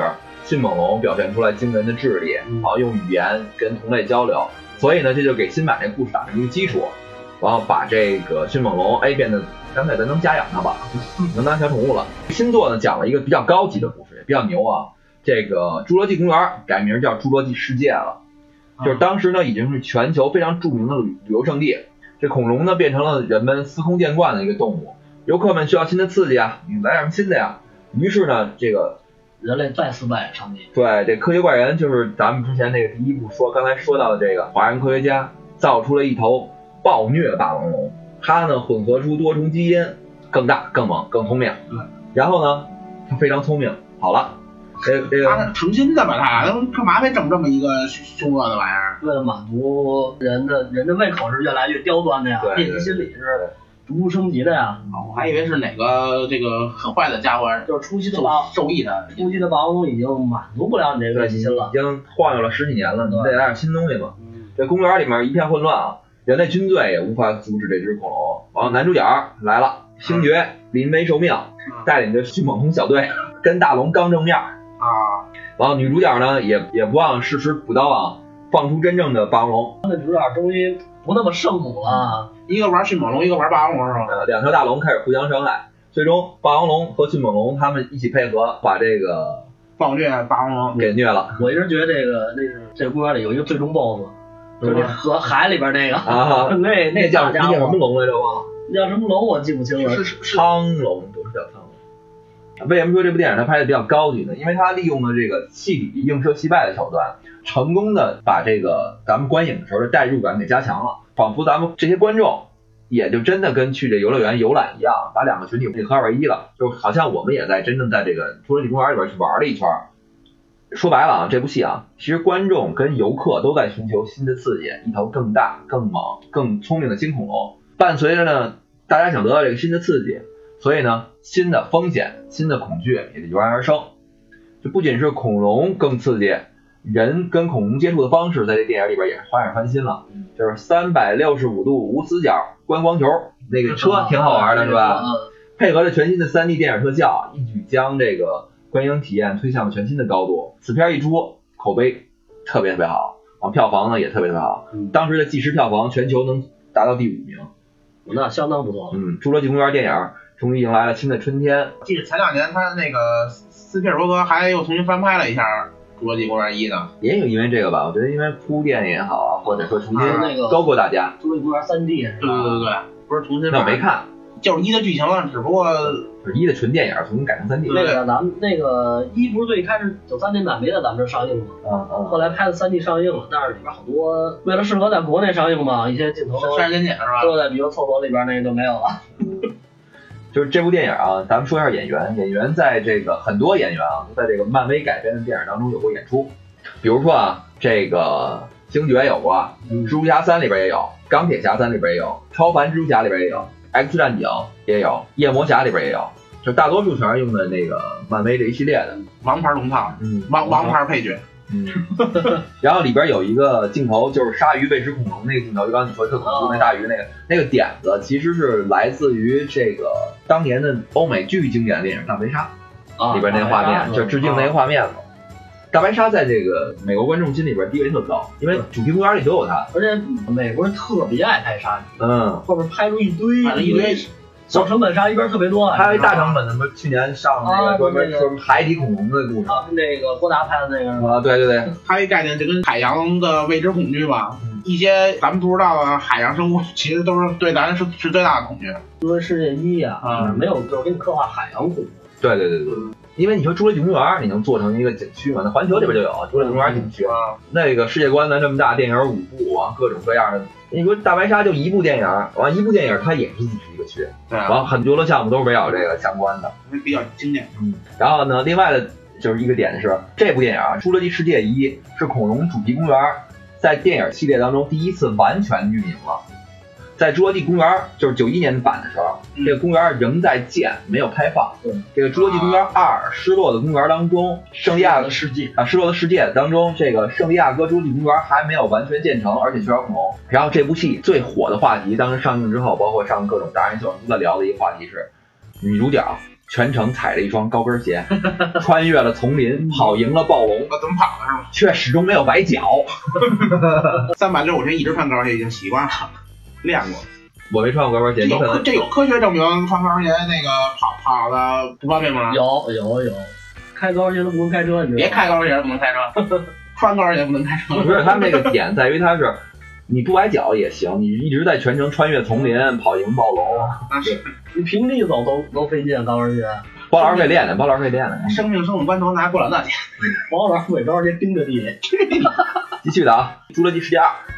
迅猛龙表现出来惊人的智力，然后用语言跟同类交流，所以呢，这就给新版这故事打成一个基础，然后把这个迅猛龙变得干脆咱能家养它吧，能当小宠物了。新作呢讲了一个比较高级的故事，也比较牛啊。这个侏罗纪公园改名叫侏罗纪世界了，就是当时呢已经是全球非常著名的旅游胜地。这恐龙呢变成了人们司空见惯的一个动物，游客们需要新的刺激啊，你来点新的呀。于是呢，这个人类再次扮演上帝。 对，这科学怪人就是咱们之前那个第一部刚才说到的这个华人科学家造出了一头暴虐霸王龙，它呢混合出多重基因，更大、更猛、更聪明。 对， 然后呢，它非常聪明。好了，这个他诚心的吧，他干嘛非整这么一个凶恶的玩意儿？ 为了满足人的胃口是越来越刁钻的呀，猎奇心理是逐步升级的呀。 我还以为是哪个这个很坏的家伙， 就是初期的受益的。 初期的霸王龙已经满足不了你这个猎奇心了， 已经晃悠了10几年了，你得来点新东西嘛。这公园里面一片混乱啊，人类军队也无法阻止这只恐龙。然后男主角来了，星爵临危受命，带领着迅猛龙小队跟大龙刚正面啊。然后女主角呢也不忘适时补刀啊，放出真正的霸王龙。 那主角终于不那么圣母了， 一个玩迅猛龙，一个玩霸王龙是吧？ 两条大龙开始互相伤害，最终霸王龙和迅猛龙他们一起配合，把这个暴虐霸王龙给虐了。 我一直觉得这个公园里有一个最终 BOSS， 就是那海里边那个啊，那叫什么龙来着？忘了， 那叫什么龙我记不清了。 是苍龙，都是叫苍龙。为什么说这部电影它拍的比较高级呢？因为它利用了这个戏里映射戏外的手段，成功的把这个咱们观影的时候的代入感给加强了，仿佛咱们这些观众也就真的跟去这游乐园游览一样，把两个群体合二为一了，就好像我们也在真正在这个侏罗纪公园里边去玩了一圈。说白了啊，这部戏啊，其实观众跟游客都在寻求新的刺激，一头更大、更猛、更聪明的新恐龙。伴随着呢，大家想得到这个新的刺激，所以呢，新的风险、新的恐惧也就油然而生。这不仅是恐龙更刺激，人跟恐龙接触的方式在这电影里边也是花样翻新了，就是365度无死角观光球，那个车挺好玩的是吧？配合着全新的3D 电影特效，一举将这个观影体验推向了全新的高度。此片一出，口碑特别好，票房呢也特别好。当时的即时票房全球能达到第5名， 那相当不错。 侏罗纪公园电影终于迎来了新的春天。 记得前2年他那个斯皮尔伯格还又重新翻拍了一下侏罗纪公园1呢， 也有因为这个吧，我觉得因为铺垫也好啊，或者说重新勾勾大家。 侏罗纪公园3D 是吧？ 对，不是重新。 那我没看， 就是1的剧情了，只不过是1的纯电影重新改成3D。 那个咱们那个1不是最开始93年版没在咱们这上映吗？后来拍的3D 上映了，但是里边好多为了适合在国内上映嘛，一些镜头都删减是吧？ 都在比如厕所里边那个就没有了。 就是这部电影啊，咱们说一下演员在这个很多演员啊，都在这个漫威改编的电影当中有过演出。比如说啊，这个星爵有过，蜘蛛侠3里边也有，钢铁侠3里边也有，超凡蜘蛛侠里边也有， X 战警也有，夜魔侠里边也有，就大多数全是用的那个漫威这一系列的王牌龙套，王牌配角。 然后里边有一个镜头，就是鲨鱼喂食恐龙那个镜头，就刚才你说特恐怖那大鱼那个点子，其实是来自于这个当年的欧美巨经典的电影《大白鲨》里边那个画面，就致敬那个画面嘛。大白鲨在这个美国观众心里边地位特高，因为主题公园里都有它， 而且美国人特别爱拍鲨鱼，后面拍出一堆小成本鲨鱼边特别多， 还有一大成本的，什么去年上那个说海底恐龙的故事啊，那个郭达拍的那个啊，对， 还有一概念就跟海洋的未知恐惧吧，一些咱们不知道的海洋生物，其实都是对咱是最大的恐惧。 侏罗世界1啊，没有就是给你刻画海洋恐怖。 对，因为你说侏罗纪公园你能做成一个景区嘛？那环球里边就有侏罗纪公园景区，那个世界观呢这么大，电影5部啊，各种各样的。你说大白鲨就1部电影，完1部电影它也是自己一个区， 对， 完很多游乐项目都是围绕这个相关的， 比较经典。 然后呢，另外的就是一个点是，这部电影《侏罗纪世界1》是恐龙主题公园在电影系列当中第一次完全运营了。在侏罗纪公园就是91年版的时候，这个公园仍在建，没有开放。这个侏罗纪公园2失落的公园当中，圣地亚哥世界当中，这个圣地亚哥侏罗纪公园还没有完全建成，而且缺少恐龙。然后这部戏最火的话题，当时上映之后，包括上各种达人秀都在聊的一个话题是，女主角全程踩着一双高跟鞋，穿越了丛林，跑赢了暴龙。 怎么跑的是吗？ 却始终没有崴脚。 365天一直穿高跟鞋已经习惯了，练过。 我没穿过高跟鞋， 这有科学证明穿高跟鞋那个跑的不方便吗？ 有，开高跟鞋都不能开车， 别开高跟鞋不能开车，穿高跟鞋不能开车。 不是，他们这个点在于他是。你不崴脚也行，你一直在全程穿越丛林，跑赢暴龙。 那是你平地走都费劲，高跟鞋。 包老师可以练练，包老师可以练练。 生命关头拿过来那去。 包老师每高跟鞋盯着地。 继续的啊，《侏罗纪世界2》，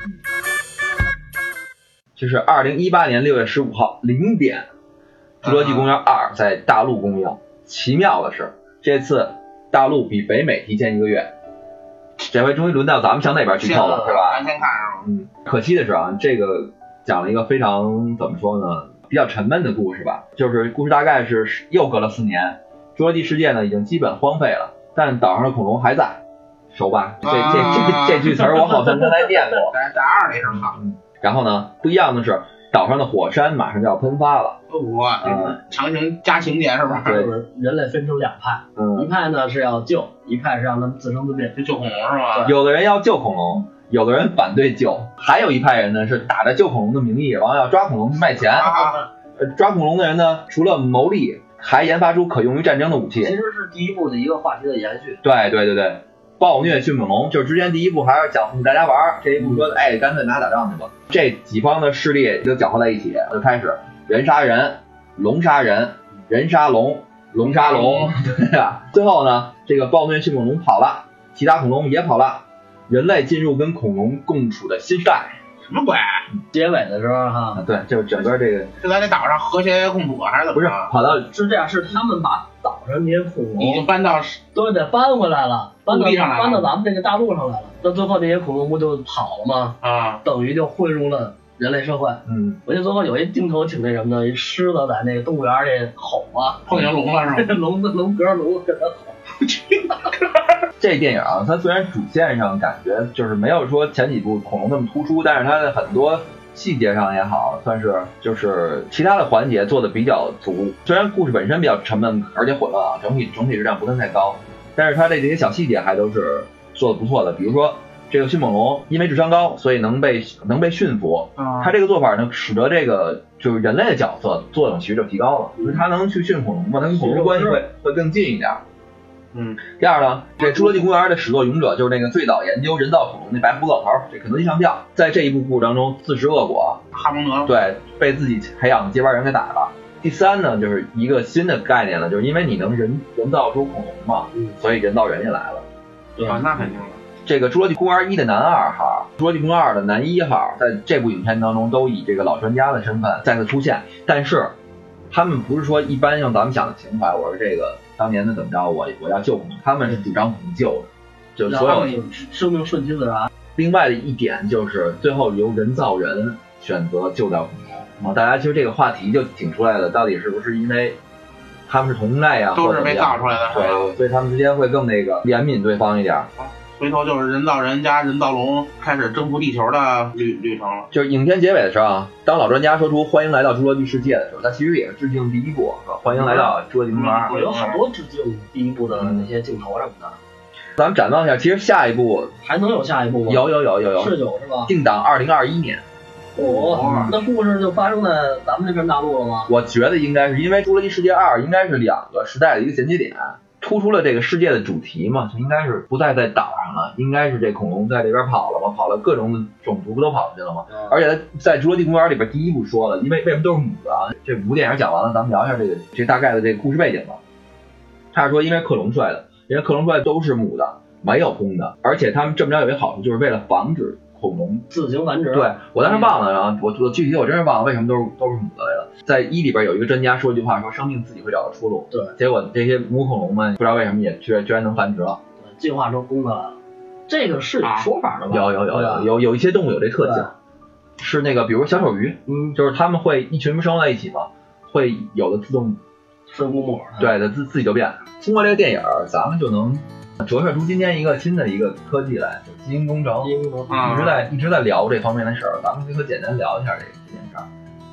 这是2018年6月15号0点，《侏罗纪公园2》在大陆公映。奇妙的是，这次大陆比北美提前1个月。这回终于轮到咱们向那边去透了，是吧？ 咱先看是吧？ 可惜的是啊，这个讲了一个非常怎么说呢，比较沉闷的故事吧。就是故事大概是又隔了4年，侏罗纪世界呢已经基本荒废了，但岛上的恐龙还在，熟吧？这句词儿我好像刚才念过， 在2里是吧？ 然后呢，不一样的是，岛上的火山马上就要喷发了。 强行加情节是吧？ 对， 人类分成2派，一派呢是要救，一派是让他们自生自灭， 就救恐龙是吧？ 有的人要救恐龙，有的人反对救，还有一派人呢是打着救恐龙的名义，然后要抓恐龙去卖钱。抓恐龙的人呢，除了牟利，还研发出可用于战争的武器。 其实是第一部的一个话题的延续。 对，暴虐迅猛龙，就是之前第一部还是讲大家玩，这一部说干脆拿打仗去吧。这几方的势力就搅和在一起，就开始人杀人，龙杀人，人杀龙，龙杀龙，对吧？最后呢，这个暴虐迅猛龙跑了，其他恐龙也跑了，人类进入跟恐龙共处的新时代。 什么鬼？ 结尾的时候哈， 对，就是整个这个就在这岛上和谐共处还是怎么？ 不是跑到是这样，是他们把岛上那些恐龙已经搬到都得搬回来了，搬到咱们这个大陆上来了。到最后那些恐龙不就跑了吗？等于就混入了人类社会。我记得最后有一镜头挺那什么的，一狮子在那个动物园里吼啊， 碰见龙了是吧？ 龙隔龙跟他吼。 这电影啊，它虽然主线上感觉就是没有说前几部恐龙那么突出，但是它的很多细节上也好，算是就是其他的环节做的比较足。虽然故事本身比较沉闷而且混乱啊，整体质量不算太高，但是它的这些小细节还都是做的不错的。比如说这个迅猛龙因为智商高，所以能被驯服。它这个做法呢，使得这个就是人类的角色作用其实就提高了，就是它能去驯恐龙嘛，它跟恐龙关系会更近一点。第二呢，这侏罗纪公园的始作俑者就是那个最早研究人造恐龙那白胡子老头，这肯德基上校，在这一部故事当中自食恶果， 哈蒙德对，被自己培养的接班人给打了。第三呢，就是一个新的概念了，就是因为你能人造出恐龙嘛，所以人造人也来了。 对吧？那肯定的。 这个侏罗纪公园1的男2号，侏罗纪公园2的男1号，在这部影片当中都以这个老专家的身份再次出现，但是他们不是说一般像咱们想的情怀，我说这个当年的怎么着，我要救恐龙，他们是主张不救的，就所有生命顺其自然。 另外的一点就是最后由人造人选择救掉恐龙，大家其实这个话题就挺出来的，到底是不是因为他们是同类啊， 都是被造出来的， 对，所以他们之间会更那个怜悯对方一点。 回头就是人造人加人造龙开始征服地球的旅程了。 就是影片结尾的时候啊，当老专家说出欢迎来到侏罗纪世界的时候，他其实也是致敬第一部，欢迎来到侏罗纪公园。 有好多致敬第一部的那些镜头什么的。 咱们展望一下，其实下一部还能有下一部吗？ 有， 是有是吧？ 定档2021年。 那故事就发生在咱们这片大陆了吗？ 我觉得应该是，因为侏罗纪世界2应该是2个时代的一个衔接点，突出了这个世界的主题嘛，就应该是不再在岛上了，应该是这恐龙在这边跑了嘛，跑了各种的种族不都跑出去了吗？而且在侏罗纪公园里边第一部说了，因为为什么都是母的啊？这5部电影讲完了，咱们聊一下这大概的这个故事背景吧。他是说因为克隆出来的，因为克隆出来都是母的，没有公的，而且他们这么着有一个好处，就是为了防止恐龙自行繁殖。 对，我当时忘了，然后我具体我真是忘了为什么都是母的来了。在1里边有一个专家说一句话，说生命自己会找到出路。 对， 结果这些母恐龙们不知道为什么也居然能繁殖了， 进化成公的了。这个是有说法的吧？ 有一些动物有这特性，是那个比如小丑鱼，就是他们会一群生活在一起嘛，会有的自动分母膜， 对的自己就变。通过这个电影，咱们就能折射出今天一个新的一个科技来，就基因工程。一直在聊这方面的事儿，咱们就可简单聊一下这件事儿。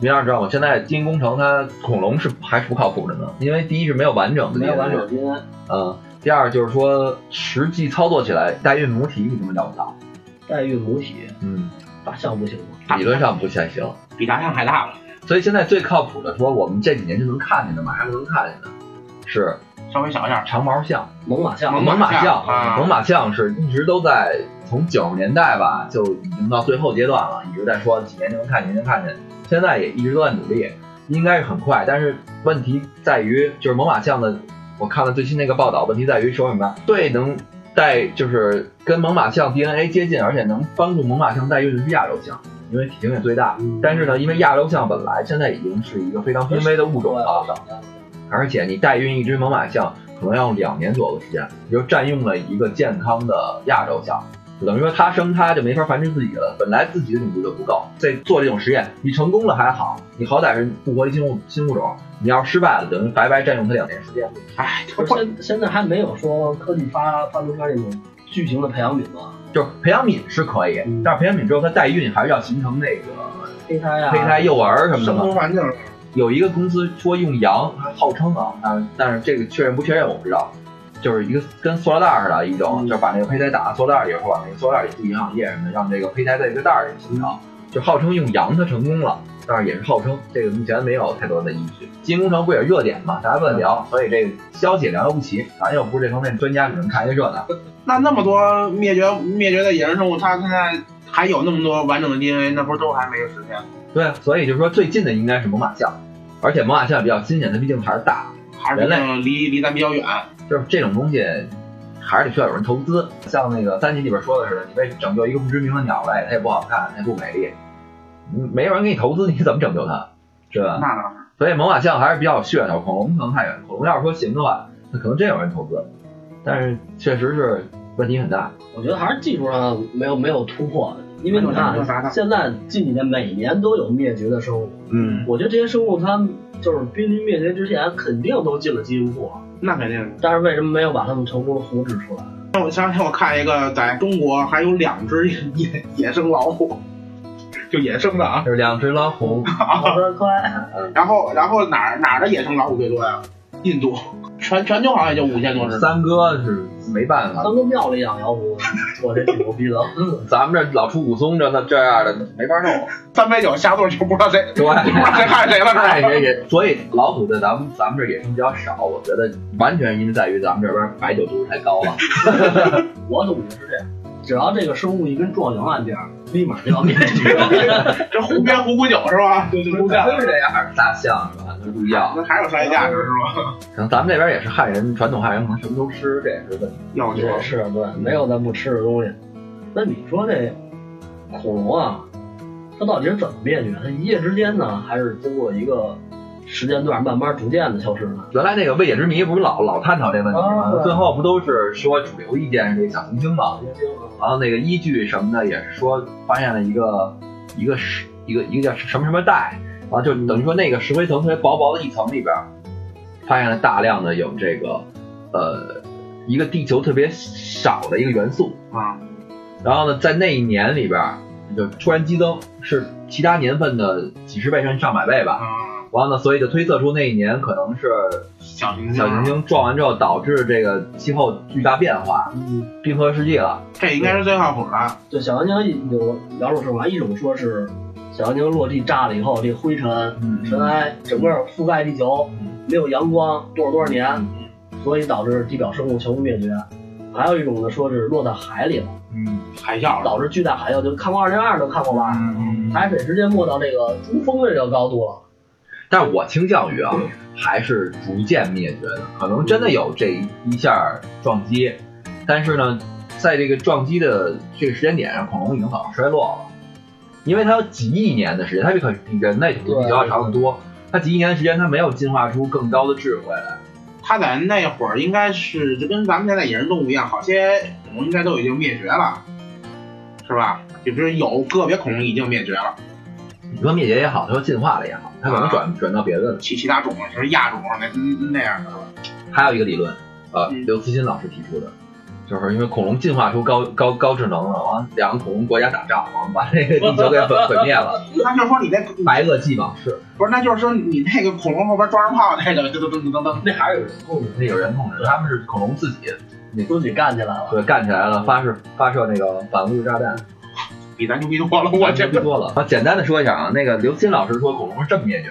明儿知道吗？现在基因工程它恐龙还是不靠谱的呢，因为第一是没有完整的 DNA， 没有完整 DNA， 第二就是说实际操作起来，代孕母体你根本找不到。 代孕母体，大象不行吗？ 理论上不太行， 比大象还大了。 所以现在最靠谱的说，我们这几年就能看见的，马上就能看见的是稍微小一点长毛象、 猛犸象。 猛犸象是一直都在从90年代吧，就已经到最后阶段了，一直在说几年就能看见，现在也一直都在努力，应该是很快。但是问题在于，就是猛犸象的，我看了最新那个报道，问题在于说什么？最能就是跟猛犸象 DNA 接近，而且能帮助猛犸象代孕的是亚洲象。因为体型也最大，但是呢，因为亚洲象本来现在已经是一个非常濒危的物种了，而且你代孕一只猛犸象可能要用2年左右的时间，你就占用了一个健康的亚洲象，就等于说它生它就没法繁殖自己了，本来自己的种族就不够，再做这种实验，你成功了还好，你好歹是复活一新物种，你要失败了，等于白白占用它2年时间。 现在还没有说科技发明出那种巨型的培养皿吗？ 就是培养皿是可以，但是培养皿之后它代孕还是要形成那个胚胎幼儿什么的。 生活环境有一个公司说用羊，号称但是这个确认不确认我不知道。就是一个跟塑料袋似的一种，就是把那个胚胎打到塑料袋里，或把那个塑料袋里注营养液什么的，让这个胚胎在这个袋里形成，就号称用羊它成功了，但是也是号称，这个目前没有太多的依据。基因工程不也是热点嘛，大家都在聊，所以这个消息良莠不齐，咱又不是这方面专家，只能看一个热闹。 那么多灭绝的野生生物，它现在还有那么多完整的 DNA， 那不是都还没有实现？ 对，所以就是说最近的应该是猛犸象，而且猛犸象比较新鲜，它毕竟还是大， 人类离咱比较远， 就是这种东西还是得需要有人投资。像那个3集里边说的似的，你为拯救一个不知名的鸟类，它也不好看，它也不美丽，没有人给你投资，你怎么拯救它？是吧？ 那当然。 所以猛犸象还是比较有噱头，恐龙可能太远，恐龙要是说行的话，那可能真有人投资，但是确实是问题很大。 我觉得还是技术上没有突破的，因为你看现在近几年每年都有灭绝的生物，我觉得这些生物它就是濒临灭绝之前肯定都进了基因库， 那肯定。 但是为什么没有把它们成功复制出来？ 我前两天我看一个，在中国还有2只野生老虎，就野生的啊， 就是2只老虎跑得快。 然后哪儿的野生老虎最多呀？印度，全球好像也就5000多只。 三哥是没办法， 三哥庙里养老虎，我这挺牛逼的。 咱们这老出武松这样的没法弄 ，389下座就不知道谁， 对， 不知道谁害谁了， 害谁。所以老虎在咱们这野生比较少，我觉得完全因为在于咱们这边白酒度数太高了。 我总结是这样。只要这个生物一跟壮阳岸边，立马就要灭绝。 这湖边虎骨酒是吧？对， 都是这样。大象是吧？入药， 那还有商业价值是吧？ 可能咱们这边也是汉人，传统汉人可能什么都吃，这也是问题。 要求是对，没有咱不吃的东西。那你说这恐龙啊，它到底是怎么灭绝？它一夜之间呢，还是经过一个时间段慢慢逐渐的消失呢？ 原来那个未解之谜不是老探讨这问题吗？最后不都是说主流意见是这小行星吗？然后那个依据什么的也是说发现了一个叫什么带，然后就等于说那个石灰层特别薄薄的一层里边，发现了大量的有这个一个地球特别少的一个元素啊。然后呢，在那一年里边就突然激增，是其他年份的几十倍甚至上百倍吧。完了，所以就推测出那一年可能是小行星撞完之后导致这个气候巨大变化，冰河世纪了。 这应该是最靠谱的。 对，小行星有2种说法，一种说是小行星落地炸了以后，这灰尘、尘埃整个覆盖地球，没有阳光多少年，所以导致地表生物全部灭绝。还有一种呢，说是落到海里了， 海啸导致巨大海啸，就看过2002都看过吧？海水直接没到这个珠峰的这个高度了。 但是我倾向于啊，还是逐渐灭绝的，可能真的有这一下撞击，但是呢，在这个撞击的这个时间点上，恐龙已经早衰落了，因为它有几亿年的时间，它比人类比地球要长得多，它几亿年的时间，它没有进化出更高的智慧来。 它在那会儿应该是就跟咱们现在野生动物一样，好些恐龙应该都已经灭绝了，是吧？就比如有个别恐龙已经灭绝了。 你说灭绝也好，他说进化了也好，它可能转到别的其他种是亚种那样的。 还有一个理论，刘慈欣老师提出的， 就是因为恐龙进化出高智能了，完两个恐龙国家打仗，把这个地球给毁灭了。 那就是说你那白垩纪往事， 不是？那就是说你那个恐龙后边装上炮那个噔， 那还是有人控制，那有人控制，他们是恐龙自己干起来了。 对，干起来了，发射那个反物质炸弹， 比咱牛逼多了，我这牛逼多了。简单的说一下啊，那个刘鑫老师说恐龙是这么灭绝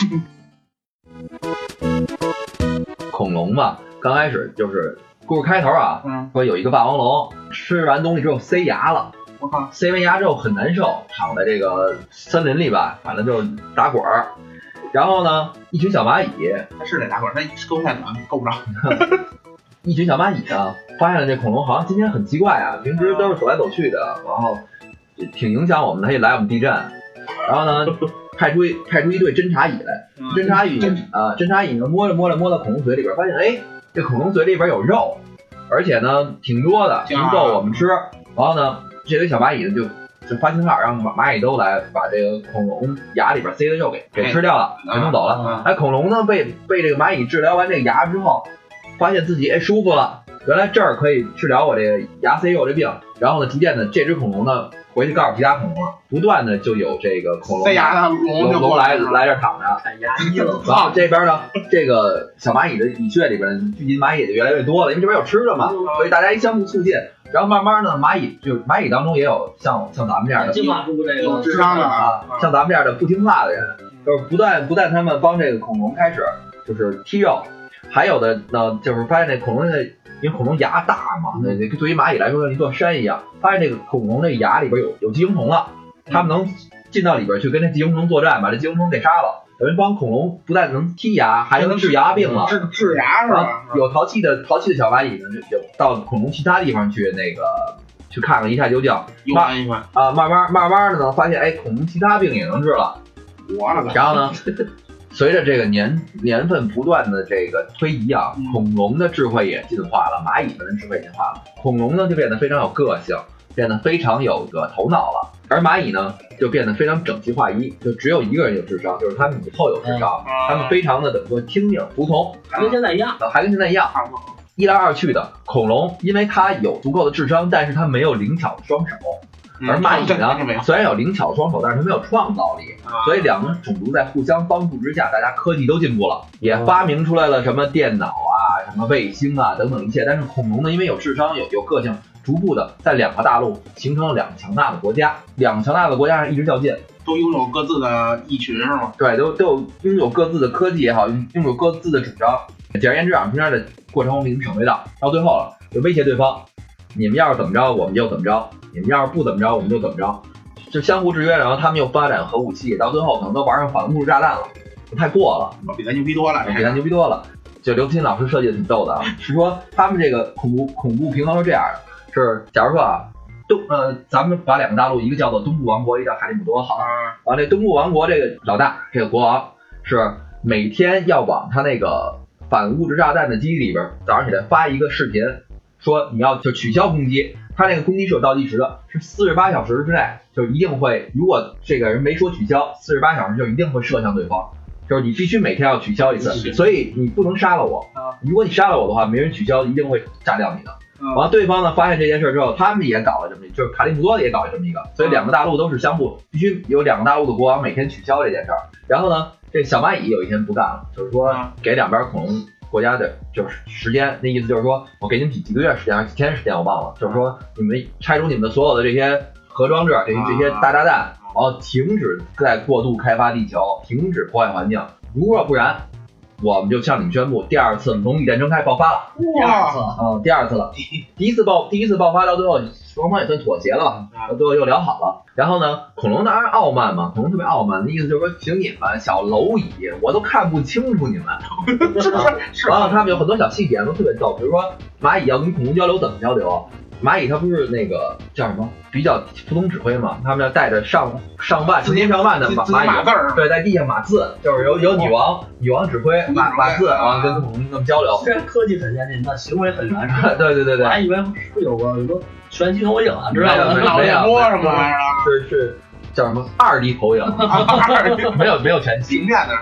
的。恐龙嘛，刚开始就是故事开头啊，说有一个霸王龙吃完东西之后塞牙了， 我靠， 塞完牙之后很难受，躺在这个森林里吧，反正就是打滚儿。然后呢，一群小蚂蚁， 他是得打滚儿，他够太短，够不着。 一群小蚂蚁呢，发现了这恐龙好像今天很奇怪啊，平时都是走来走去的，然后挺影响我们的，它一来我们地震。然后呢，派出一队侦察蚁来，侦察蚁呢摸到恐龙嘴里边，发现这恐龙嘴里边有肉，而且呢挺多的，挺够我们吃。然后呢，这堆小蚂蚁呢就发信号，让蚂蚁都来把这个恐龙牙里边塞的肉给吃掉了，给弄走了。恐龙呢被这个蚂蚁治疗完这个牙之后，发现自己舒服了，原来这儿可以治疗我这个牙塞肉这病。然后呢，逐渐的这只恐龙呢回去告诉其他恐龙了，不断的就有这个恐龙塞牙的龙来这儿躺着， 看牙医了。 然后这边呢，这个小蚂蚁的蚁穴里边聚集蚂蚁也就越来越多了，因为这边有吃的嘛，所以大家一相互促进。然后慢慢呢，蚂蚁当中也有像咱们这样的进化出这个有智商的啊，像咱们这样的不听话的人，就是不但他们帮这个恐龙开始就是剔肉，还有的呢就是发现这恐龙因为恐龙牙大嘛，对于蚂蚁来说像一座山一样，发现这个恐龙这牙里边有寄生虫了，他们能进到里边去跟这寄生虫作战，把这寄生虫给杀了。有人帮恐龙不但能剔牙，还能治牙病了， 治牙是吧？ 有淘气的小蚂蚁呢，就到恐龙其他地方去去看看一探究竟，慢慢的呢，发现恐龙其他病也能治了。然后呢，随着这个年份不断的这个推移啊，恐龙的智慧也进化了，蚂蚁们的智慧进化了，恐龙呢就变得非常有个性，变得非常有个头脑了，而蚂蚁呢就变得非常整齐划一，就只有一个人有智商，就是他们以后有智商，他们非常的怎么说听命服从， 还跟现在一样， 一来二去的，恐龙因为它有足够的智商，但是它没有灵巧的双手。而蚂蚁呢，虽然有灵巧双手，但是它没有创造力，所以两个种族在互相帮助之下，大家科技都进步了，也发明出来了什么电脑啊、什么卫星啊等等一切。但是恐龙呢，因为有智商、有个性，逐步的在两个大陆形成了两个强大的国家，两个强大的国家上一直较劲， 都拥有各自的蚁群是吗？ 对，都有拥有各自的科技也好，拥有各自的主张。简而言之啊，中间的过程我们已经省略到最后了，就威胁对方，你们要是怎么着，我们就怎么着。你们要是不怎么着，我们就怎么着，就相互制约。然后他们又发展核武器，到最后可能都玩上反物质炸弹了，太过了， 比咱牛逼多了。 就刘鑫老师设计的挺逗的啊，是说他们这个恐怖平衡是这样的，是假如说啊，咱们把两个大陆，一个叫做东部王国，一个叫海里姆多好，完这东部王国这个老大，这个国王是每天要往他那个反物质炸弹的基地里边，早上起来发一个视频，说你要就取消攻击。他那个攻击是有倒计时的，是48小时之内就一定会，如果这个人没说取消，48小时就一定会射向对方，就是你必须每天要取消一次，所以你不能杀了我，如果你杀了我的话，没人取消一定会炸掉你的。完了，对方呢发现这件事之后，他们也搞了这么，就是卡利姆多也搞了这么一个，所以两个大陆都是相互必须有两个大陆的国王每天取消这件事儿。然后呢，这小蚂蚁有一天不干了，就是说给两边恐龙国家的就是时间，那意思就是说我给你们几个月时间还是几天时间我忘了，就是说你们拆除你们的所有的这些核装置，这些大炸弹，然后停止再过度开发地球，停止破坏环境，如若不然我们就向你们宣布第二次农业战争爆发了。第二次了，第一次爆发到最后双方也算妥协了吧，最后又聊好了。然后呢，恐龙当然傲慢嘛，恐龙特别傲慢的意思就是说，请你们小蝼蚁，我都看不清楚你们。然后他们有很多小细节都特别逗，比如说蚂蚁要跟恐龙交流怎么交流？蚂蚁它不是那个叫什么比较服从指挥嘛，他们要带着上万成千上万的蚂蚁，对，在地上码字，就是有女王指挥码字，然后跟恐龙那么交流。 虽然科技很先进，但行为很原始。 对， 我还以为是有个什么全息投影啊，知道吗？ 脑电波什么玩意儿？ 是叫什么2D 投影？没有全息平面的是吧？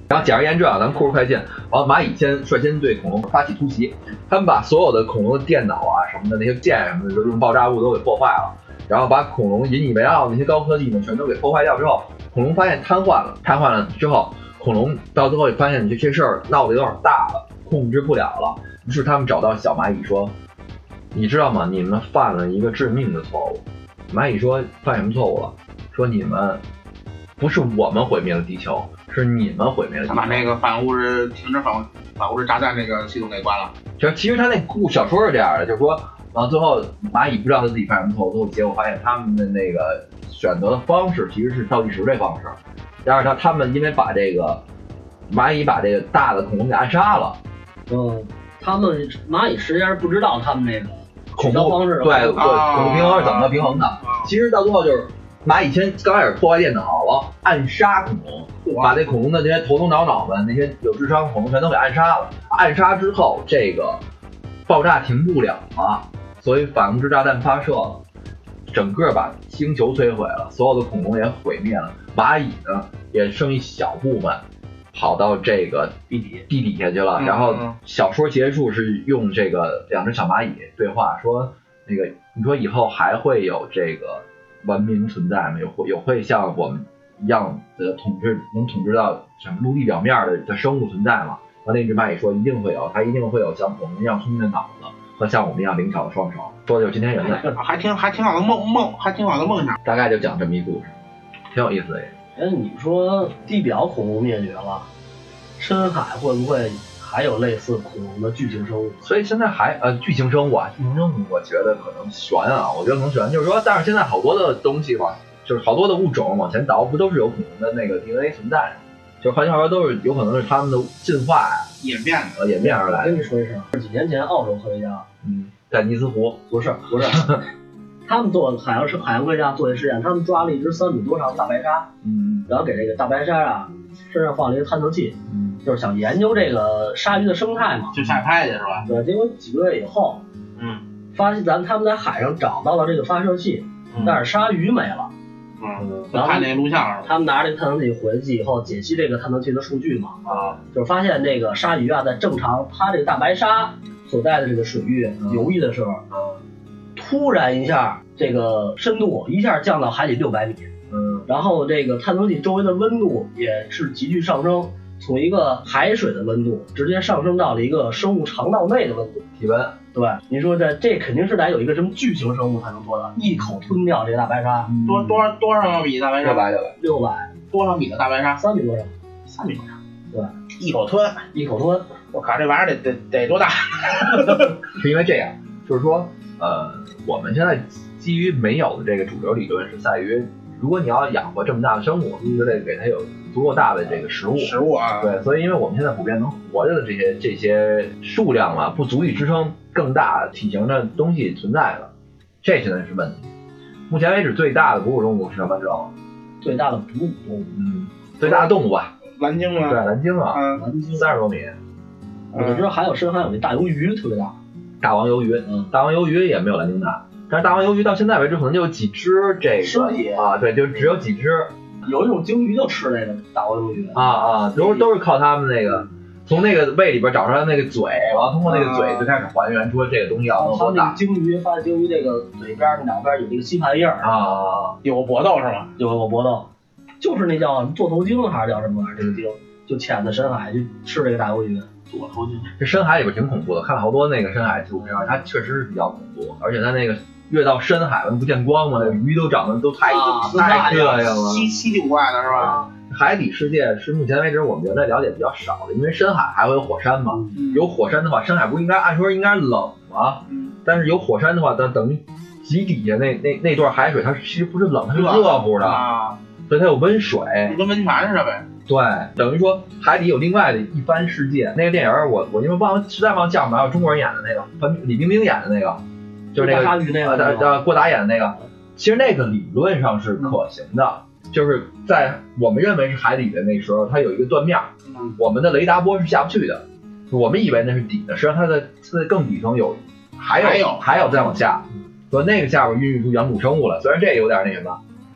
然后简而言之啊，咱们故事快进，然后蚂蚁率先对恐龙发起突袭，他们把所有的恐龙的电脑啊什么的那些剑什么的，就用爆炸物都给破坏了，然后把恐龙引以为傲的那些高科技呢全都给破坏掉之后，恐龙发现瘫痪了之后，恐龙到最后也发现这事儿闹得有点大了，控制不了了，于是他们找到小蚂蚁说，你知道吗？你们犯了一个致命的错误。蚂蚁说犯什么错误了？说你们不是我们毁灭了地球，是你们毁灭了地球。 他把那个反物质停止反物质炸弹这个系统给关了。 其实他那小说是这样的，就是说，然后最后蚂蚁不知道他自己犯什么错误，最后结果发现他们的那个选择的方式其实是倒计时这方式。但是他们因为把这个蚂蚁把这个大的恐龙给暗杀了。 他们蚂蚁实际上不知道他们那个恐怖方式，对，恐怖平衡是怎么平衡的？其实到最后就是蚂蚁先刚开始破坏电脑了，暗杀恐龙，把这恐龙的这些头头脑们那些有智商的恐龙全都给暗杀了。暗杀之后，这个爆炸停不了了，所以反物质炸弹发射了，整个把星球摧毁了，所有的恐龙也毁灭了。蚂蚁呢也剩一小部分跑到这个地底下去了。然后小说结束是用这个两只小蚂蚁对话说，那个你说以后还会有这个文明存在吗？有会像我们一样的能统治到什么陆地表面的生物存在吗？然后那只蚂蚁说一定会有，它一定会有像我们一样聪明的脑子和像我们一样灵巧的双手。说的就是今天人类， 还挺好的还挺好的梦想。 大概就讲这么一故事，挺有意思的。 你说地表恐龙灭绝了，深海会不会还有类似恐龙的巨型生物？ 所以现在巨型生物我觉得可能悬啊，我觉得可能悬，就是说，但是现在好多的东西吧，就是好多的物种往前倒，不都是有恐龙的那个 DNA 存在，就是换句话说，都是有可能是他们的进化呀、 演变而来。 跟你说一声，几年前澳洲科学家， 在尼斯湖， 不是，他们做海洋科学家做的实验，他们抓了一只3米多长的大白鲨，然后给这个大白鲨啊身上放了一个探测器，就是想研究这个鲨鱼的生态嘛， 就晒拍去是吧？ 对，结果几个月以后，发现他们在海上找到了这个发射器，但是鲨鱼没了。 然后看那录像， 他们拿这个探测器回去以后解析这个探测器的数据嘛，就是发现这个鲨鱼啊，在正常它这个大白鲨所在的这个水域游弋的时候，突然一下这个深度一下降到海底600米，然后这个探测器周围的温度也是急剧上升，从一个海水的温度直接上升到了一个生物肠道内的温度体温。 对，你说这肯定是得有一个什么巨型生物才能做到，一口吞掉这个大白鲨。 多少米大白鲨 ？600。 多少米的大白鲨 ？3米多长。 3米多长。 对， 一口吞。我靠，这玩意儿得多大？ 是因为这样，就是说，我们现在基于没有的这个主流理论是在于，如果你要养活这么大的生物，你就得给它有足够大的这个食物啊。 对，所以因为我们现在普遍能活着的这些数量啊，不足以支撑更大体型的东西存在的，这现在是问题。目前为止最大的哺乳动物是什么？知道吗？ 最大的哺乳动物， 最大的动物吧？ 蓝鲸吗？ 对，蓝鲸啊，蓝鲸30多米。 我就知道深海有那大鱿鱼特别大， 大王鱿鱼，大王鱿鱼也没有蓝鲸大，但是大王鱿鱼到现在为止可能就有几只这个啊，对，就只有几只。 有一种鲸鱼就吃那个大王鱿鱼都是靠他们那个从那个胃里边找出来那个嘴，然后通过那个嘴就开始还原出这个东西要多大。 鲸鱼发现鲸鱼这个嘴边两边有这个吸盘印有搏斗是吗？ 有个搏斗，就是那叫座头鲸还是叫什么玩意儿？这个鲸就潜在深海就吃这个大鱿鱼。 座头鲸这深海里边挺恐怖的，看了好多那个深海纪录片，它确实是比较恐怖，而且它那个越到深海了不见光嘛，那鱼都长得都太这样了， 稀奇古怪的是吧？ 海底世界是目前为止我们人类了解比较少的，因为深海还会有火山嘛，有火山的话，深海不应该按说应该冷吗？但是有火山的话，等于极底下那段海水它其实不是冷，它是热乎的，所以它有温水， 跟温泉似的呗。 对，等于说海底有另外的一番世界。那个电影我因为实在忘了叫什么，有中国人演的那个，李冰冰演的那个，就是那个鲨鱼那个， 郭达演的那个。其实那个理论上是可行的，就是在我们认为是海底的那时候，它有一个断面，我们的雷达波是下不去的。我们以为那是底的，实际上它的更底层还有再往下，说那个下边孕育出远古生物了。虽然这有点那什么。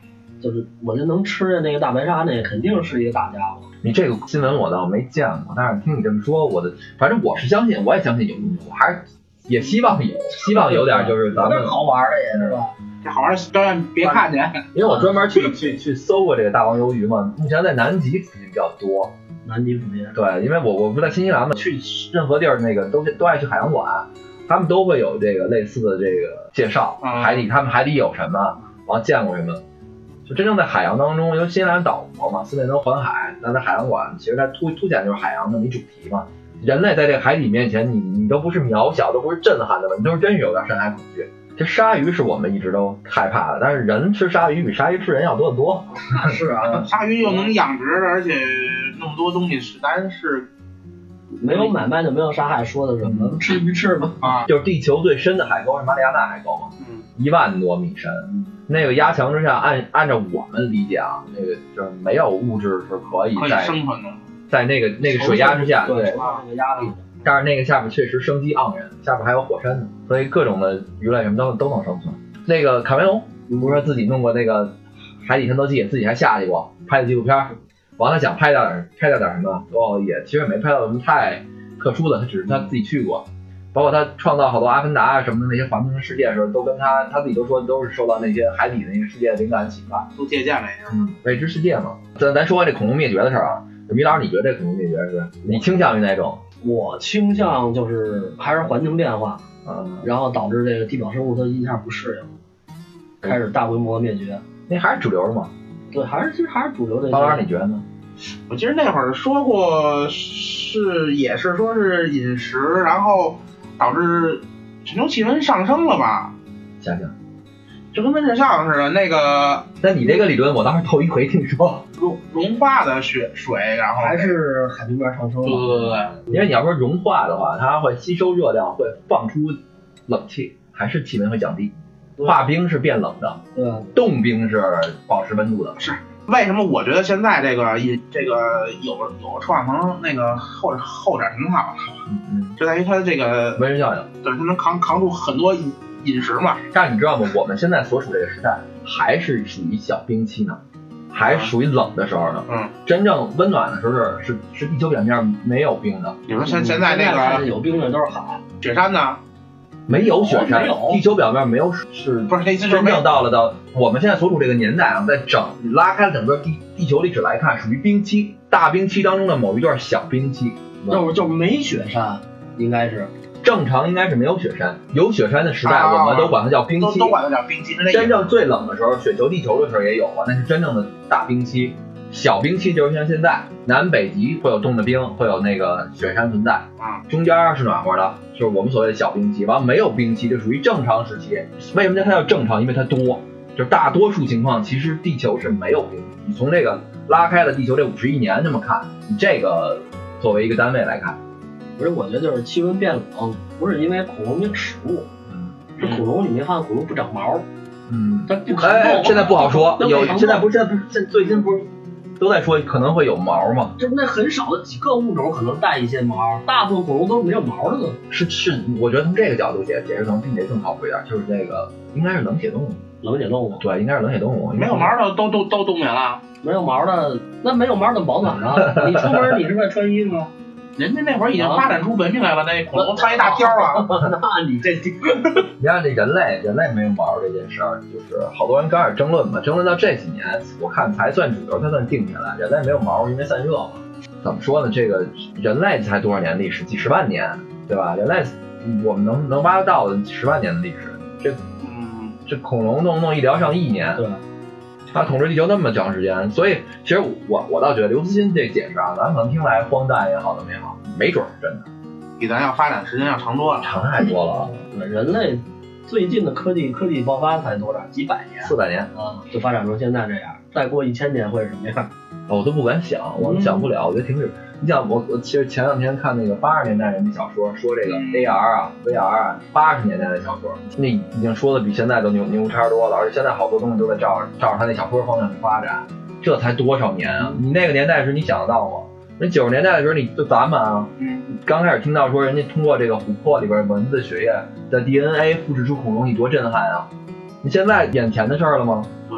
就是我就能吃的那个大白鲨，那肯定是一个大家伙。 你这个新闻我倒没见过，但是听你这么说，反正我是相信，我也相信有，我还是也希望有点就是咱们好玩的也是吧？ 这好玩表演别看见， 因为我专门去搜过这个大王鱿鱼嘛，目前在南极附近比较多。 南极附近。对， 因为我不在新西兰嘛，去任何地儿那个都爱去海洋馆，他们都会有这个类似的这个介绍，海底他们海底有什么，然后见过什么。就真正在海洋当中，由新西兰岛国嘛，四面都环海，那在海洋馆其实它凸显就是海洋的一主题嘛。人类在这个海底面前，你都不是渺小，都不是震撼的，你都是真是有点深海恐惧。这鲨鱼是我们一直都害怕的，但是人吃鲨鱼比鲨鱼吃人要多得多。 是啊， 鲨鱼又能养殖，而且那么多东西吃，但是没有买卖就没有杀害，说的什么吃鱼翅嘛啊，就是地球最深的海沟是马里亚纳海沟嘛，1万多米深，那个压强之下，按照我们理解啊，那个就是没有物质是可以生存的， 在那个水压之下， 对那个压力。 但是那个下面确实生机盎然，下面还有火山呢，所以各种的鱼类什么都能生存。那个卡梅隆不是说自己弄过那个海底探测器，自己还下去过拍的纪录片，完了想拍到点什么，也其实也没拍到什么太特殊的，他只是他自己去过，包括他创造好多阿凡达啊什么的那些环境世界的时候，都跟他自己都说都是受到那些海底的那个世界的灵感启发， 都借鉴了一下。 未知世界嘛。咱说完这恐龙灭绝的事儿啊，米老师你觉得这恐龙灭绝是你倾向于哪种？ 我倾向就是还是环境变化，然后导致这个地表生物它一下不适应，开始大规模灭绝。 那还是主流的嘛？ 对，其实还是主流的。 包老师你觉得呢？ 我记得那会儿说过也是说是饮食，然后导致全球气温上升了吧？ 想想。 就跟温室效应似的，那个。 那你这个理论我当时头一回听说。 融化的水，然后还是海平面上升了。 对， 因为你要说融化的话，它会吸收热量，会放出冷气，还是气温会降低。化冰是变冷的， 对， 冻冰是保持温度的。 是为什么？我觉得现在这个有创成那个后点挺好的，就在于它这个温室效应， 对，它能扛住很多饮食嘛。 但是你知道吗？我们现在所处这个时代还是属于小冰期呢。还属于冷的时候呢，真正温暖的时候是地球表面没有冰的。 你说现在那个有冰的都是海， 雪山呢？ 没有雪山，地球表面没有是不是真正到我们现在所处这个年代啊，在拉开整个地球历史来看，属于冰期，大冰期当中的某一段小冰期， 就是没雪山，应该是。 正常应该是没有雪山，有雪山的时代，我们都管它叫冰期， 都管它叫冰期。 真正最冷的时候，雪球地球的时候也有啊，那是真正的大冰期。小冰期就是像现在南北极会有冻的冰，会有那个雪山存在，中间是暖和的，就是我们所谓的小冰期。完了没有冰期就属于正常时期。为什么它叫正常？因为它多，就是大多数情况其实地球是没有冰。你从这个拉开了地球这50亿年这么看，你这个作为一个单位来看。 不是，我觉得就是气温变冷，不是因为恐龙没有食物，是恐龙你没发现恐龙不长毛，它不可能。 现在不好说，现在最近不是都在说可能会有毛吗？ 这那很少的几个物种可能带一些毛，大部分恐龙都没有毛的。 是，我觉得从这个角度解释可能并且更靠谱一点，就是这个应该是冷血动物。 冷血动物， 对，应该是冷血动物。 没有毛的都冬眠了， 没有毛的那没有毛怎么保暖呢？你出门你是不是穿衣服吗？ 人家那会儿已经发展出文明来了，那恐龙穿一大貂啊！ 那你这， 你看这人类没有毛这件事儿，就是好多人刚开始争论嘛，争论到这几年，我看才算主流，才算定下来。人类没有毛，因为散热嘛。怎么说呢？这个人类才多少年历史？几十万年，对吧？人类我们能挖得到的几十万年的历史，这恐龙动不动一聊上1亿年， 对。 他统治地球那么长时间，所以其实我倒觉得刘慈欣这解释啊，咱可能听来荒诞也好，怎么也好，没准是真的， 比咱要发展时间要长多了， 长太多了。 人类最近的科技爆发才多少？几百年 ？400年啊，就发展成现在这样，再过1000年会是什么样？ 我都不敢想，我都想不了。我觉得挺有。你想我其实前2天看那个80年代人的小说，说这个 AR 啊 VR 啊，80年代的小说，那已经说的比现在都牛叉多了，而且现在好多东西都在照着他那小说方向去发展，这才多少年啊！你那个年代的时候你想得到吗？那90年代的时候，就咱们啊，刚开始听到说人家通过这个琥珀里边蚊子血液的 DNA 复制出恐龙，你多震撼啊！你现在眼前的事儿了吗？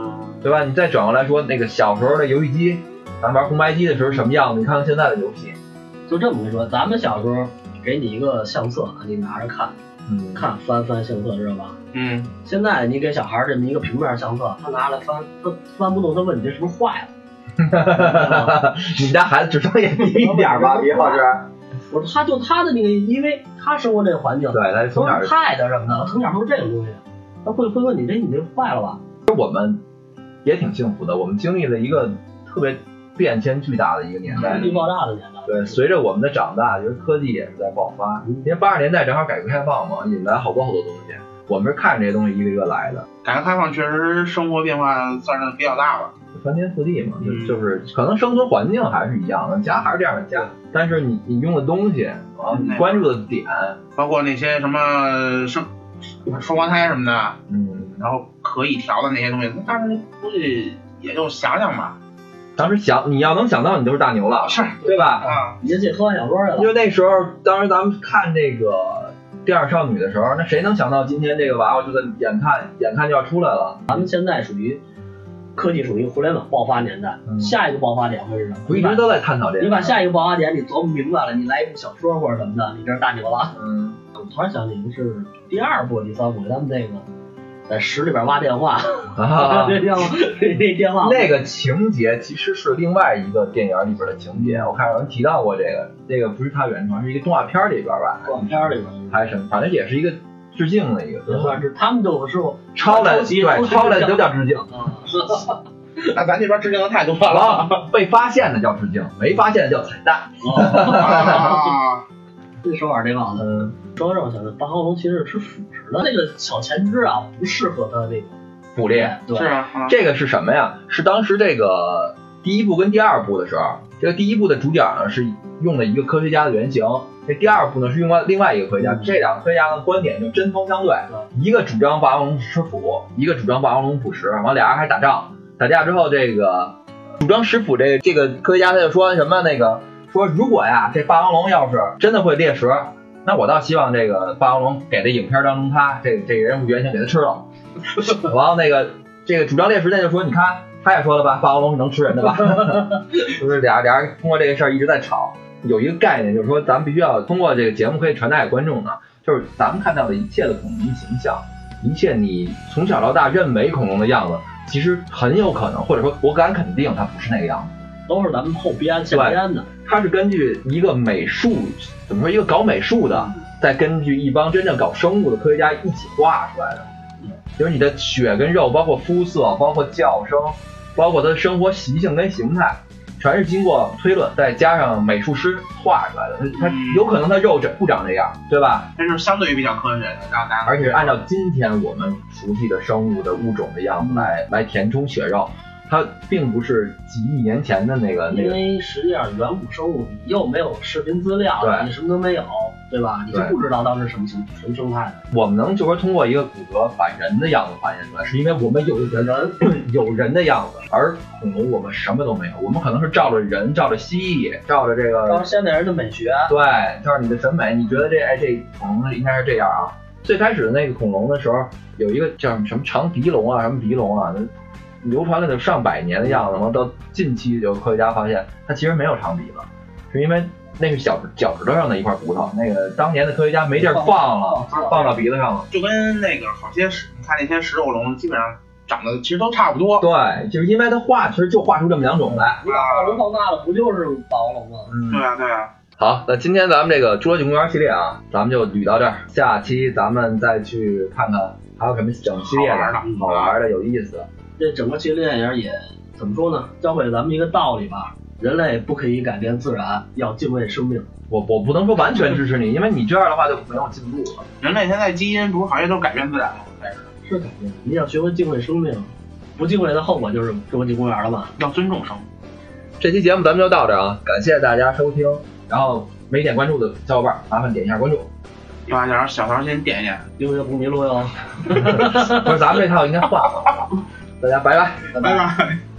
对吧？你再转过来说，那个小时候的游戏机，咱玩红白机的时候什么样子？你看看现在的游戏， 就这么跟你说，咱们小时候给你一个相册，你拿着看，看翻相册知道吧？现在你给小孩这么一个平面相册，他拿来翻，他翻不动，他问你这是不是坏了？ 你们家孩子智商也低一点吧，李老师？ 我说他的那个，因为他生活这个环境， 对，他从小 pad 什么的，从小都是这种东西，他会问你这坏了吧？ 我们也挺幸福的，我们经历了一个特别变迁巨大的一个年代， 科技爆炸的年代。 对，随着我们的长大，就是科技也是在爆发。因为80年代正好改革开放嘛，引来好多东西，我们是看这些东西一个一个来的。 改革开放确实生活变化算是比较大吧， 翻天覆地嘛，就是可能生存环境还是一样的，家还是这样的家，但是你用的东西啊，你关注的点， 包括那些什么双胞胎什么的，然后可以调的那些东西，当时估计也就想想吧。 当时你要能想到，你就是大牛了， 是对吧？ 啊，你这科幻小说了。 因为那时候，当时咱们看这个《电耳少女》的时候，那谁能想到今天这个娃娃就在眼看就要出来了？ 咱们现在科技属于互联网爆发年代，下一个爆发点会是什么？ 我一直都在探讨这个。 你把下一个爆发点你琢磨明白了，你来一部小说或者什么的，你这是大牛了。我突然想起是第2部、第3部，他们那个在池里边挖电话啊，那电话那个情节其实是另外一个电影里边的情节，我看有人提到过这个不是他原创，是一个动画片里边吧？ 动画片里边还是什么？反正也是一个致敬的一个， 也算是他们就是抄来就叫致敬。 那咱这边致敬的太多了， 被发现的叫致敬，没发现的叫彩蛋。 这手腕这帮子，说让我想着霸王龙其实是吃腐食的，那个小前肢啊不适合它那个捕猎。 对， 是啊， 这个是什么呀？是当时这个第1部跟第2部的时候，这个第1部的主角呢是用了一个科学家的原型，这第2部呢是用了另外一个科学家，这两个科学家的观点就针锋相对，一个主张霸王龙吃腐，一个主张霸王龙捕食，完俩人还打仗，打架之后这个主张食腐这个科学家他就说什么说如果呀这霸王龙要是真的会猎食，那我倒希望这个霸王龙给这影片当中这个人物原型给他吃了。然后这个主张猎食的就说，你看他也说了吧，霸王龙是能吃人的吧？就是俩人通过这个事儿一直在吵。有一个概念就是说，咱们必须要通过这个节目可以传达给观众的，就是咱们看到的一切的恐龙形象，一切你从小到大认为恐龙的样子，其实很有可能，或者说我敢肯定它不是那个样子。 都是咱们后编现编的， 它是根据一个美术，怎么说，一个搞美术的，再根据一帮真正搞生物的科学家一起画出来的。就是你的血跟肉，包括肤色，包括叫声，包括它的生活习性跟形态，全是经过推论，再加上美术师画出来的。它有可能它肉不长这样，对吧？ 这是相对于比较科学的，让大家， 而且按照今天我们熟悉的生物的物种的样子来填充血肉。它并不是几亿年前的那个， 因为实际上远古生物你又没有视频资料，你什么都没有，对吧？你就不知道当时什么生态的。 我们能就是通过一个骨骼把人的样子还原出来，是因为我们有人的样子，而恐龙我们什么都没有，我们可能是照着人，照着蜥蜴，照着这个， 照着现代人的美学， 对，照着你的审美，你觉得这恐龙应该是这样啊？最开始的那个恐龙的时候，有一个叫什么长鼻龙啊，什么鼻龙啊。流传了有上百年的样子嘛，到近期有科学家发现它其实没有长鼻子，是因为那是脚趾头上的一块骨头，那个当年的科学家没地儿放到鼻子上了， 就跟那个好些你看那些食肉龙基本上长得其实都差不多。 对，就是因为它其实就画出这么2种来。 你把霸王龙放大了，不就是霸王龙吗？ 对啊。 好，那今天咱们这个侏罗纪公园系列啊，咱们就捋到这儿，下期咱们再去看看还有什么整系列的好玩的有意思的。 这整个系列电影也怎么说呢？教会咱们一个道理吧，人类不可以改变自然，要敬畏生命。 我不能说完全支持你，因为你这样的话就没有进步了。 人类现在基因不是好像都改变自然了， 是改变。你要学会敬畏生命，不敬畏的后果就是侏罗纪公园了嘛。 要尊重生命。 这期节目咱们就到这儿啊，感谢大家收听。然后没点关注的小伙伴，麻烦点一下关注。 把小桃先点一点， 因为不迷路哟。 不是，咱们这套应该换了。大家拜拜， 拜拜。